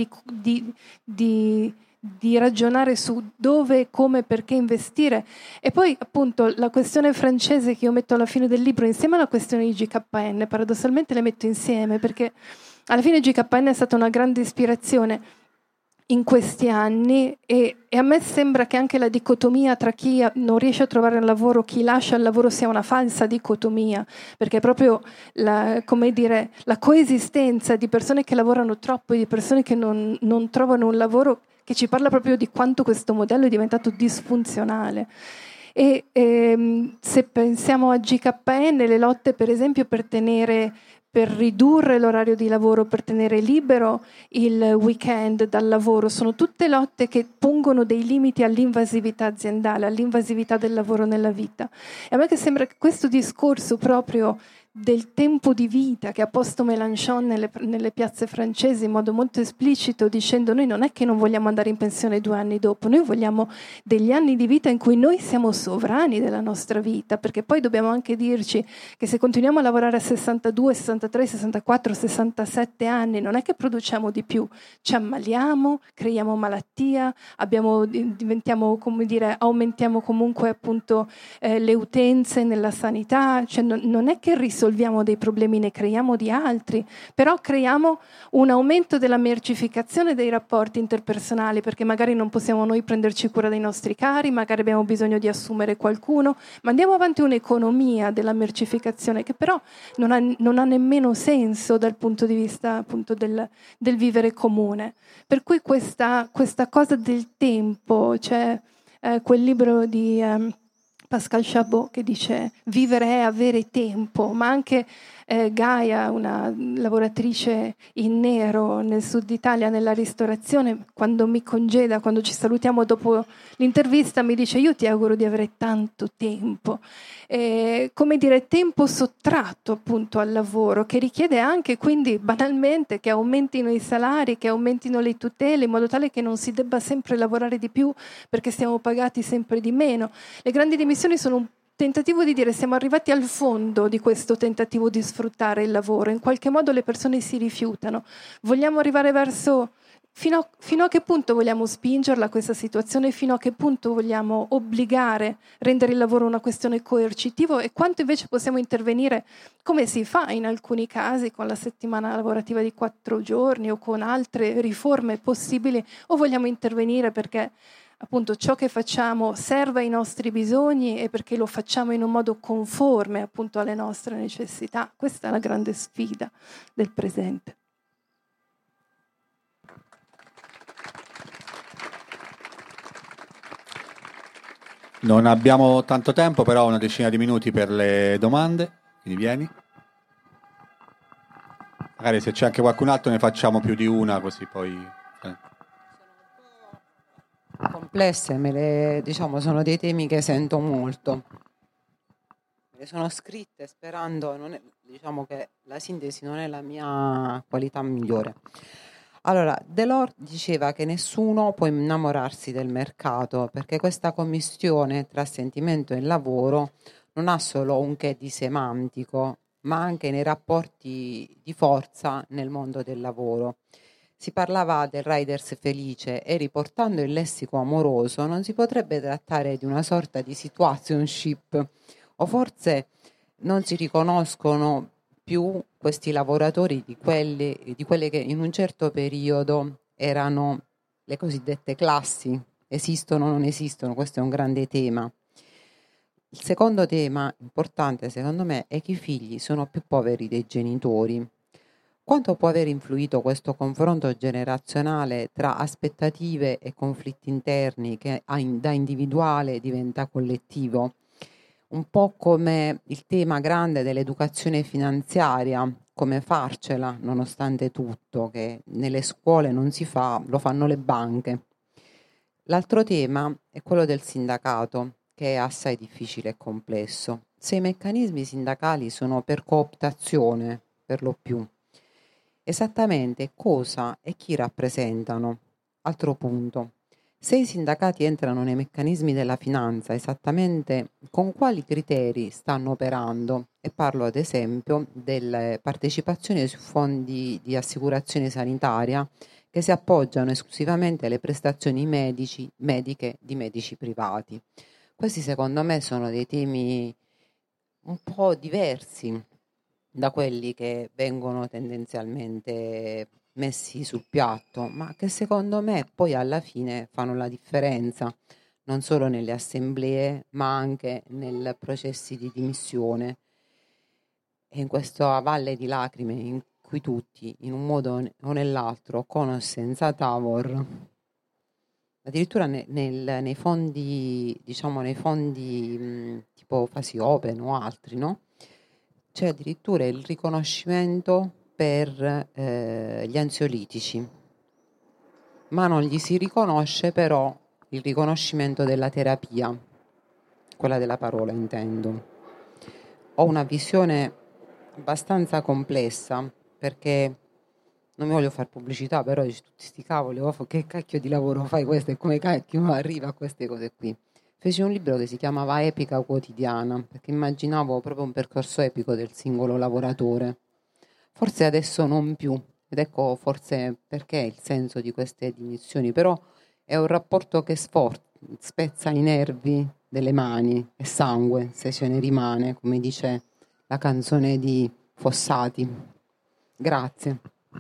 di ragionare su dove, come, perché investire. E poi appunto la questione francese che io metto alla fine del libro insieme alla questione di GKN, paradossalmente le metto insieme perché alla fine GKN è stata una grande ispirazione. in questi anni e a me sembra che anche la dicotomia tra chi non riesce a trovare un lavoro, chi lascia il lavoro sia una falsa dicotomia, perché è proprio la coesistenza di persone che lavorano troppo e di persone che non trovano un lavoro che ci parla proprio di quanto questo modello è diventato disfunzionale. E se pensiamo a GKN, le lotte per esempio per ridurre l'orario di lavoro, per tenere libero il weekend dal lavoro, sono tutte lotte che pongono dei limiti all'invasività aziendale, all'invasività del lavoro nella vita. E a me che sembra che questo discorso proprio del tempo di vita che ha posto Mélenchon nelle piazze francesi in modo molto esplicito, dicendo noi non è che non vogliamo andare in pensione 2 anni dopo, noi vogliamo degli anni di vita in cui noi siamo sovrani della nostra vita, perché poi dobbiamo anche dirci che se continuiamo a lavorare a 62, 63, 64, 67 anni non è che produciamo di più, ci ammaliamo, creiamo malattia, diventiamo, come dire, aumentiamo comunque appunto le utenze nella sanità, cioè non è che risolviamo dei problemi, ne creiamo di altri, però creiamo un aumento della mercificazione dei rapporti interpersonali, perché magari non possiamo noi prenderci cura dei nostri cari, magari abbiamo bisogno di assumere qualcuno, ma andiamo avanti un'economia della mercificazione che però non ha nemmeno senso dal punto di vista appunto del vivere comune. Per cui questa cosa del tempo, c'è quel libro di Pascal Chabot che dice vivere è avere tempo, ma anche Gaia, una lavoratrice in nero nel sud Italia nella ristorazione, quando mi congeda, quando ci salutiamo dopo l'intervista, mi dice io ti auguro di avere tanto tempo, come dire tempo sottratto appunto al lavoro, che richiede anche quindi banalmente che aumentino i salari, che aumentino le tutele in modo tale che non si debba sempre lavorare di più perché siamo pagati sempre di meno. Le grandi dimissioni sono un tentativo di dire siamo arrivati al fondo di questo tentativo di sfruttare il lavoro, in qualche modo le persone si rifiutano, vogliamo arrivare verso fino a che punto vogliamo spingerla questa situazione, fino a che punto vogliamo obbligare, rendere il lavoro una questione coercitiva e quanto invece possiamo intervenire come si fa in alcuni casi con la settimana lavorativa di 4 giorni o con altre riforme possibili, o vogliamo intervenire perché appunto ciò che facciamo serve ai nostri bisogni e perché lo facciamo in un modo conforme appunto alle nostre necessità. Questa è la grande sfida del presente. Non abbiamo tanto tempo, però una decina di minuti per le domande, quindi vieni. Magari se c'è anche qualcun altro ne facciamo più di una, così poi... Complesse, sono dei temi che sento molto. Me le sono scritte sperando, diciamo che la sintesi non è la mia qualità migliore. Allora, Delors diceva che nessuno può innamorarsi del mercato, perché questa commistione tra sentimento e lavoro non ha solo un che di semantico, ma anche nei rapporti di forza nel mondo del lavoro. Si parlava del riders felice e riportando il lessico amoroso non si potrebbe trattare di una sorta di situationship, o forse non si riconoscono più questi lavoratori di quelle che in un certo periodo erano le cosiddette classi, esistono o non esistono, questo è un grande tema. Il secondo tema importante secondo me è che i figli sono più poveri dei genitori. Quanto può aver influito questo confronto generazionale tra aspettative e conflitti interni che da individuale diventa collettivo? Un po' come il tema grande dell'educazione finanziaria, come farcela nonostante tutto, che nelle scuole non si fa, lo fanno le banche. L'altro tema è quello del sindacato, che è assai difficile e complesso. Se i meccanismi sindacali sono per cooptazione, per lo più, esattamente cosa e chi rappresentano? Altro punto. Se i sindacati entrano nei meccanismi della finanza, esattamente con quali criteri stanno operando? E parlo ad esempio delle partecipazioni su fondi di assicurazione sanitaria che si appoggiano esclusivamente alle prestazioni mediche di medici privati. Questi secondo me sono dei temi un po' diversi da quelli che vengono tendenzialmente messi sul piatto, ma che secondo me poi alla fine fanno la differenza, non solo nelle assemblee, ma anche nei processi di dimissione. E in questa valle di lacrime in cui tutti, in un modo o nell'altro, con o senza Tavor, addirittura nei fondi, diciamo nei fondi tipo Fasi Open o altri, no? C'è addirittura il riconoscimento per gli ansiolitici, ma non gli si riconosce però il riconoscimento della terapia, quella della parola intendo. Ho una visione abbastanza complessa, perché non mi voglio fare pubblicità, però dici tutti sti cavoli, che cacchio di lavoro fai questo e come cacchio arriva a queste cose qui. Feci un libro che si chiamava Epica quotidiana, perché immaginavo proprio un percorso epico del singolo lavoratore. Forse adesso non più, ed ecco forse perché il senso di queste dimissioni, però è un rapporto che spezza i nervi delle mani e sangue, se ce ne rimane, come dice la canzone di Fossati. Grazie.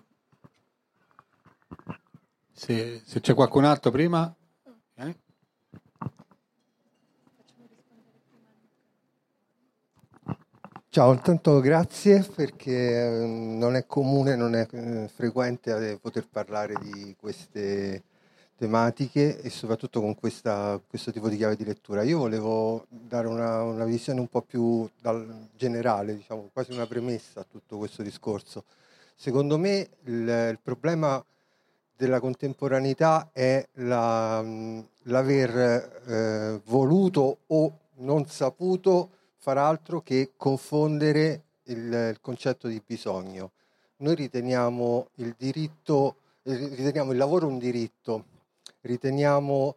Se c'è qualcun altro prima... Ciao, intanto grazie perché non è comune, non è frequente poter parlare di queste tematiche e soprattutto con questo tipo di chiave di lettura. Io volevo dare una visione un po' più generale, diciamo, quasi una premessa a tutto questo discorso. Secondo me il problema della contemporaneità è l'aver voluto o non saputo far altro che confondere il concetto di bisogno. Noi riteniamo il lavoro un diritto, riteniamo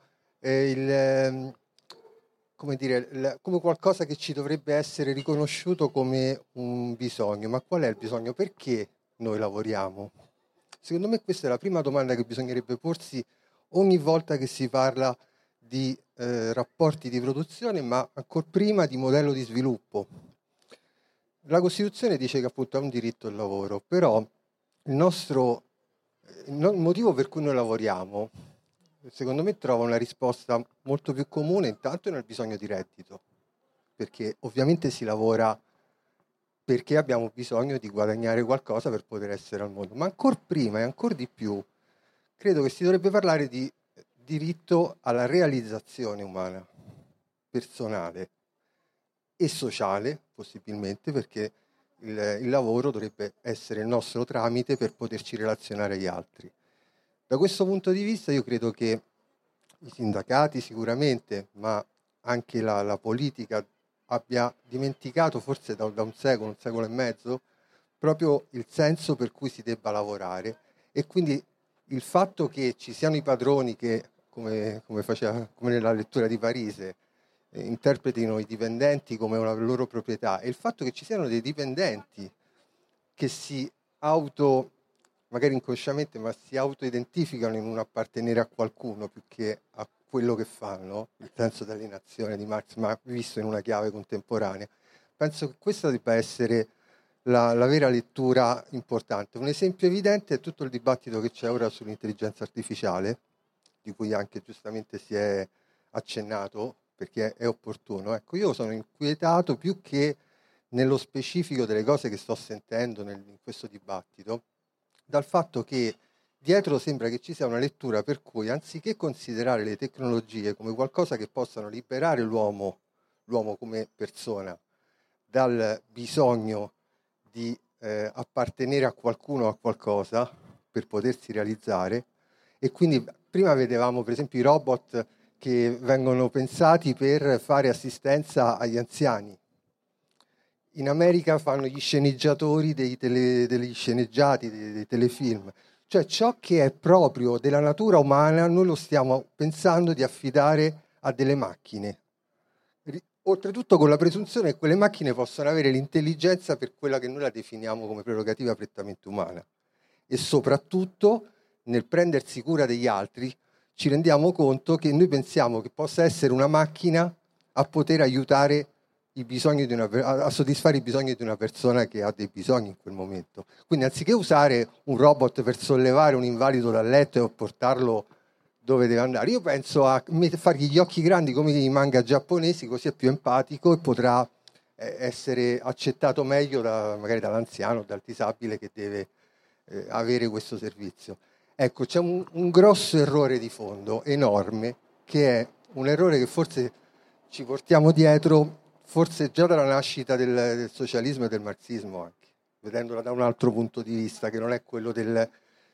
come qualcosa che ci dovrebbe essere riconosciuto come un bisogno. Ma qual è il bisogno? Perché noi lavoriamo? Secondo me questa è la prima domanda che bisognerebbe porsi ogni volta che si parla di rapporti di produzione, ma ancor prima di modello di sviluppo. La Costituzione dice che appunto è un diritto al lavoro, però il motivo per cui noi lavoriamo, secondo me, trova una risposta molto più comune intanto nel bisogno di reddito, perché ovviamente si lavora perché abbiamo bisogno di guadagnare qualcosa per poter essere al mondo, ma ancor prima e ancor di più credo che si dovrebbe parlare di diritto alla realizzazione umana, personale e sociale, possibilmente, perché il lavoro dovrebbe essere il nostro tramite per poterci relazionare agli altri. Da questo punto di vista io credo che i sindacati sicuramente, ma anche la politica abbia dimenticato forse da un secolo e mezzo, proprio il senso per cui si debba lavorare, e quindi il fatto che ci siano i padroni che, come nella lettura di Parise, interpretino i dipendenti come una loro proprietà, e il fatto che ci siano dei dipendenti che magari inconsciamente, ma si auto-identificano in un appartenere a qualcuno più che a quello che fanno, il senso dell'alienazione di Marx, ma visto in una chiave contemporanea. Penso che questa debba essere la vera lettura importante. Un esempio evidente è tutto il dibattito che c'è ora sull'intelligenza artificiale, di cui anche giustamente si è accennato, perché è opportuno. Ecco, io sono inquietato più che nello specifico delle cose che sto sentendo in questo dibattito, dal fatto che dietro sembra che ci sia una lettura per cui, anziché considerare le tecnologie come qualcosa che possano liberare l'uomo come persona dal bisogno di appartenere a qualcuno o a qualcosa per potersi realizzare, e quindi prima vedevamo per esempio i robot che vengono pensati per fare assistenza agli anziani. In America fanno gli sceneggiatori degli sceneggiati, dei telefilm. Cioè ciò che è proprio della natura umana noi lo stiamo pensando di affidare a delle macchine. Oltretutto con la presunzione che quelle macchine possano avere l'intelligenza per quella che noi la definiamo come prerogativa prettamente umana. E soprattutto nel prendersi cura degli altri ci rendiamo conto che noi pensiamo che possa essere una macchina a poter aiutare a soddisfare i bisogni di una persona che ha dei bisogni in quel momento. Quindi anziché usare un robot per sollevare un invalido dal letto e portarlo dove deve andare, io penso a fargli gli occhi grandi come i manga giapponesi, così è più empatico e potrà essere accettato meglio magari dall'anziano, dal disabile che deve avere questo servizio. Ecco, c'è un grosso errore di fondo, enorme, che è un errore che forse ci portiamo dietro, forse già dalla nascita del socialismo e del marxismo anche, vedendola da un altro punto di vista, che non è quello dello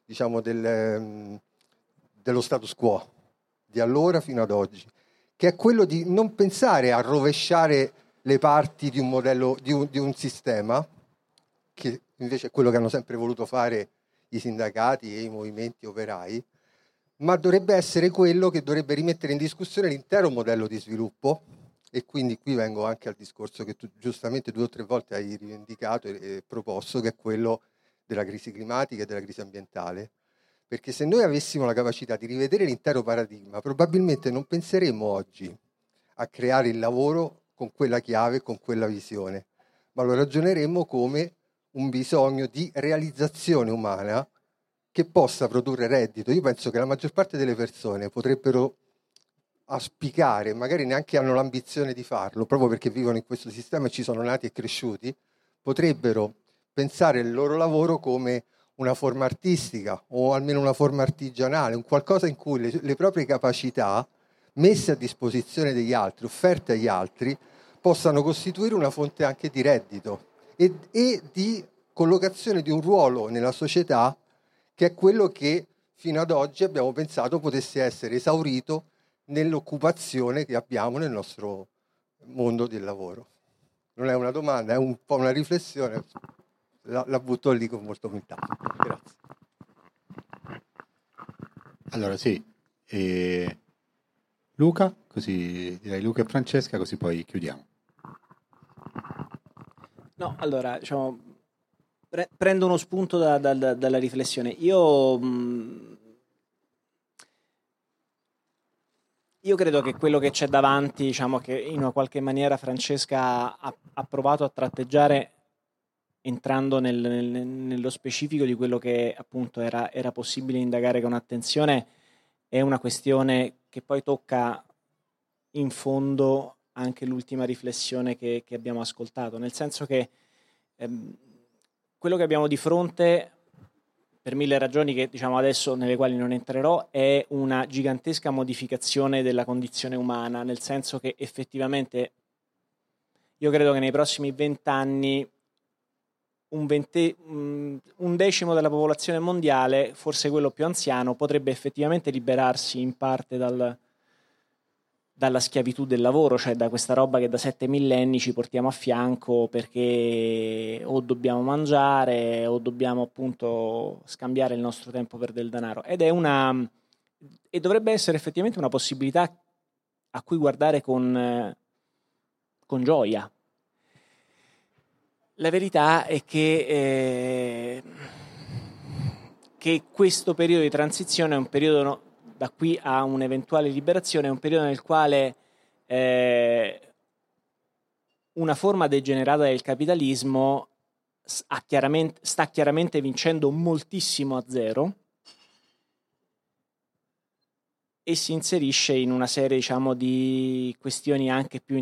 status quo, di allora fino ad oggi, che è quello di non pensare a rovesciare le parti di un modello, di un sistema, che invece è quello che hanno sempre voluto fare i sindacati e i movimenti operai, ma dovrebbe essere quello che dovrebbe rimettere in discussione l'intero modello di sviluppo. E quindi qui vengo anche al discorso che tu giustamente 2 o 3 volte hai rivendicato e proposto, che è quello della crisi climatica e della crisi ambientale. Perché se noi avessimo la capacità di rivedere l'intero paradigma, probabilmente non penseremmo oggi a creare il lavoro con quella chiave, con quella visione, ma lo ragioneremmo come un bisogno di realizzazione umana che possa produrre reddito. Io penso che la maggior parte delle persone potrebbero auspicare, magari neanche hanno l'ambizione di farlo, proprio perché vivono in questo sistema e ci sono nati e cresciuti, potrebbero pensare il loro lavoro come una forma artistica o almeno una forma artigianale, un qualcosa in cui le proprie capacità messe a disposizione degli altri, offerte agli altri, possano costituire una fonte anche di reddito e di collocazione di un ruolo nella società, che è quello che fino ad oggi abbiamo pensato potesse essere esaurito nell'occupazione che abbiamo nel nostro mondo del lavoro. Non è una domanda, è un po' una riflessione, la butto lì con molta umiltà. Grazie. Allora sì, Luca, così direi Luca e Francesca, così poi chiudiamo. No, allora, diciamo, prendo uno spunto dalla riflessione. Io credo che quello che c'è davanti, diciamo, che in una qualche maniera Francesca ha provato a tratteggiare, entrando nello specifico di quello che appunto era possibile indagare con attenzione, è una questione che poi tocca in fondo anche l'ultima riflessione che abbiamo ascoltato, nel senso che quello che abbiamo di fronte, per 1000 ragioni che diciamo adesso nelle quali non entrerò, è una gigantesca modificazione della condizione umana, nel senso che effettivamente io credo che nei prossimi 20 anni un decimo della popolazione mondiale, forse quello più anziano, potrebbe effettivamente liberarsi in parte dalla schiavitù del lavoro, cioè da questa roba che da 7 millenni ci portiamo a fianco perché o dobbiamo mangiare o dobbiamo appunto scambiare il nostro tempo per del denaro. E dovrebbe essere effettivamente una possibilità a cui guardare con gioia. La verità è che questo periodo di transizione è un periodo, da qui a un'eventuale liberazione, è un periodo nel quale una forma degenerata del capitalismo sta chiaramente vincendo moltissimo a zero e si inserisce in una serie, diciamo, di questioni anche più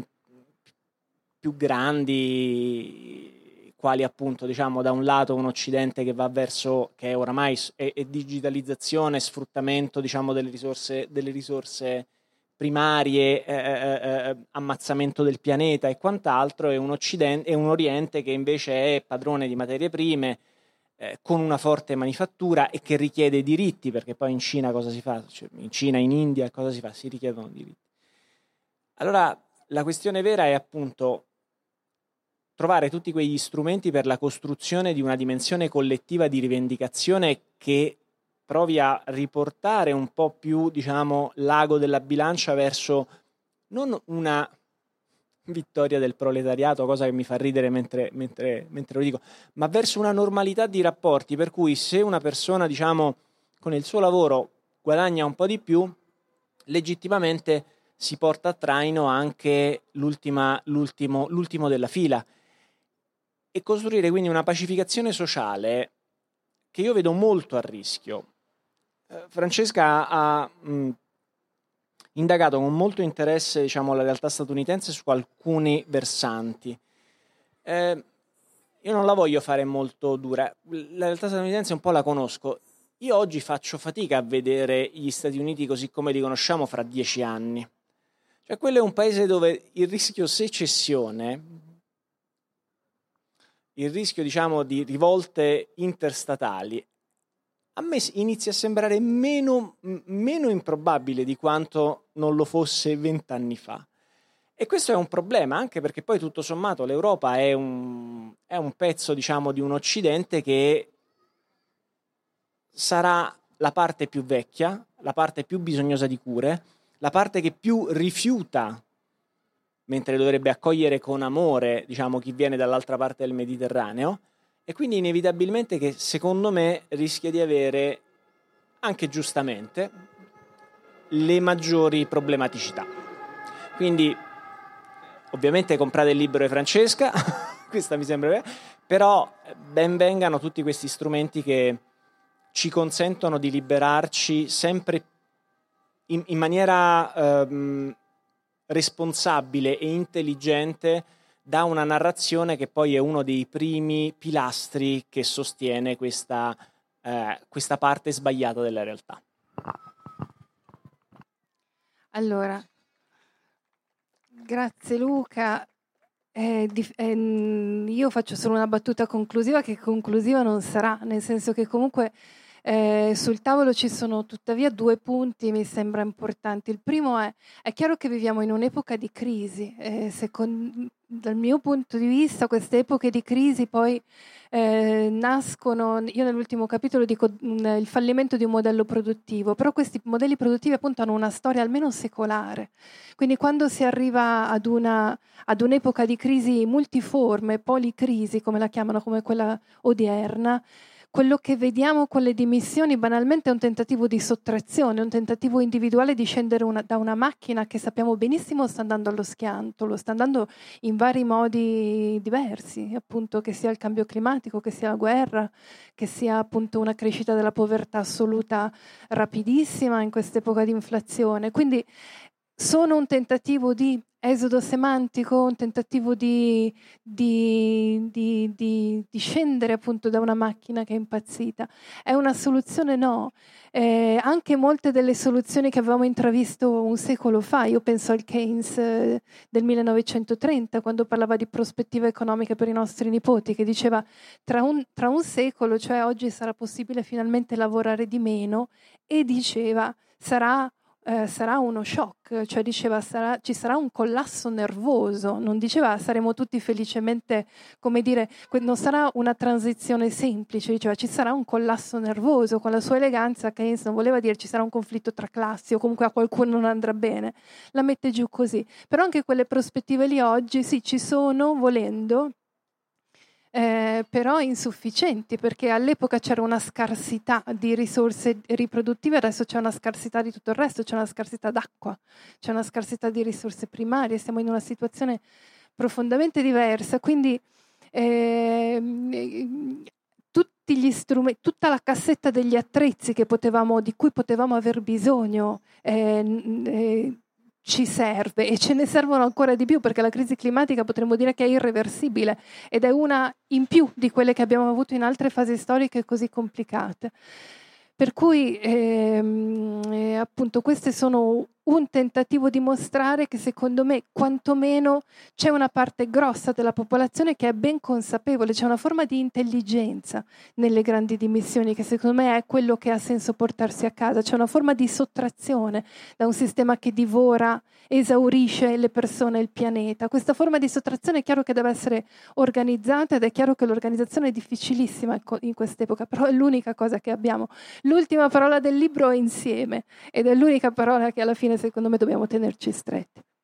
grandi, quali appunto, diciamo, da un lato un Occidente che va verso, che oramai è digitalizzazione, sfruttamento, diciamo, delle risorse primarie, ammazzamento del pianeta e quant'altro, e un Oriente che invece è padrone di materie prime, con una forte manifattura e che richiede diritti, perché poi in Cina cosa si fa? Cioè, in Cina, in India cosa si fa? Si richiedono diritti. Allora la questione vera è appunto trovare tutti quegli strumenti per la costruzione di una dimensione collettiva di rivendicazione che provi a riportare un po' più, diciamo, l'ago della bilancia verso non una vittoria del proletariato, cosa che mi fa ridere mentre lo dico, ma verso una normalità di rapporti, per cui se una persona, diciamo, con il suo lavoro guadagna un po' di più, legittimamente si porta a traino anche l'ultimo della fila, e costruire quindi una pacificazione sociale che io vedo molto a rischio. Francesca ha indagato con molto interesse, diciamo, la realtà statunitense su alcuni versanti. Io non la voglio fare molto dura, la realtà statunitense un po' la conosco. Io oggi faccio fatica a vedere gli Stati Uniti così come li conosciamo fra 10 anni. Cioè, quello è un paese dove il rischio secessione, il rischio, diciamo, di rivolte interstatali, a me inizia a sembrare meno improbabile di quanto non lo fosse 20 anni fa. E questo è un problema, anche perché poi tutto sommato l'Europa è un pezzo, diciamo, di un Occidente che sarà la parte più vecchia, la parte più bisognosa di cure, la parte che più rifiuta, mentre dovrebbe accogliere con amore, diciamo, chi viene dall'altra parte del Mediterraneo, e quindi inevitabilmente che, secondo me, rischia di avere, anche giustamente, le maggiori problematicità. Quindi, ovviamente comprate il libro di Francesca, questa mi sembra, però ben vengano tutti questi strumenti che ci consentono di liberarci sempre in maniera responsabile e intelligente da una narrazione che poi è uno dei primi pilastri che sostiene questa parte sbagliata della realtà. Allora, grazie Luca. Io faccio solo una battuta conclusiva, che conclusiva non sarà, nel senso che comunque sul tavolo ci sono tuttavia 2 punti mi sembra importanti. Il primo è chiaro che viviamo in un'epoca di crisi, dal mio punto di vista queste epoche di crisi poi nascono, io nell'ultimo capitolo dico il fallimento di un modello produttivo, però questi modelli produttivi appunto hanno una storia almeno secolare, quindi quando si arriva ad un'epoca di crisi multiforme, policrisi come la chiamano, come quella odierna, quello che vediamo con le dimissioni banalmente è un tentativo di sottrazione, un tentativo individuale di scendere da una macchina che sappiamo benissimo sta andando allo schianto, lo sta andando in vari modi diversi, appunto, che sia il cambio climatico, che sia la guerra, che sia appunto una crescita della povertà assoluta rapidissima in quest'epoca di inflazione. Quindi sono un tentativo di esodo semantico, un tentativo di scendere appunto da una macchina che è impazzita. È una soluzione? No. Anche molte delle soluzioni che avevamo intravisto un secolo fa, io penso al Keynes del 1930, quando parlava di prospettive economiche per i nostri nipoti, che diceva tra un secolo, cioè oggi, sarà possibile finalmente lavorare di meno, e diceva sarà uno shock, cioè diceva ci sarà un collasso nervoso, non diceva saremo tutti felicemente, come dire, non sarà una transizione semplice, diceva ci sarà un collasso nervoso. Con la sua eleganza Keynes non voleva dire ci sarà un conflitto tra classi o comunque a qualcuno non andrà bene, la mette giù così. Però anche quelle prospettive lì oggi sì, ci sono, volendo, però insufficienti, perché all'epoca c'era una scarsità di risorse riproduttive, adesso c'è una scarsità di tutto il resto, c'è una scarsità d'acqua, c'è una scarsità di risorse primarie, siamo in una situazione profondamente diversa, quindi tutti gli strumenti, tutta la cassetta degli attrezzi di cui potevamo aver bisogno ci serve, e ce ne servono ancora di più, perché la crisi climatica potremmo dire che è irreversibile ed è una in più di quelle che abbiamo avuto in altre fasi storiche così complicate. Per cui appunto queste sono un tentativo di mostrare che secondo me quantomeno c'è una parte grossa della popolazione che è ben consapevole, c'è una forma di intelligenza nelle grandi dimissioni che secondo me è quello che ha senso portarsi a casa, c'è una forma di sottrazione da un sistema che divora, esaurisce le persone e il pianeta. Questa forma di sottrazione è chiaro che deve essere organizzata, ed è chiaro che l'organizzazione è difficilissima in quest'epoca, però è l'unica cosa che abbiamo. L'ultima parola del libro è insieme, ed è l'unica parola che alla fine secondo me dobbiamo tenerci stretti.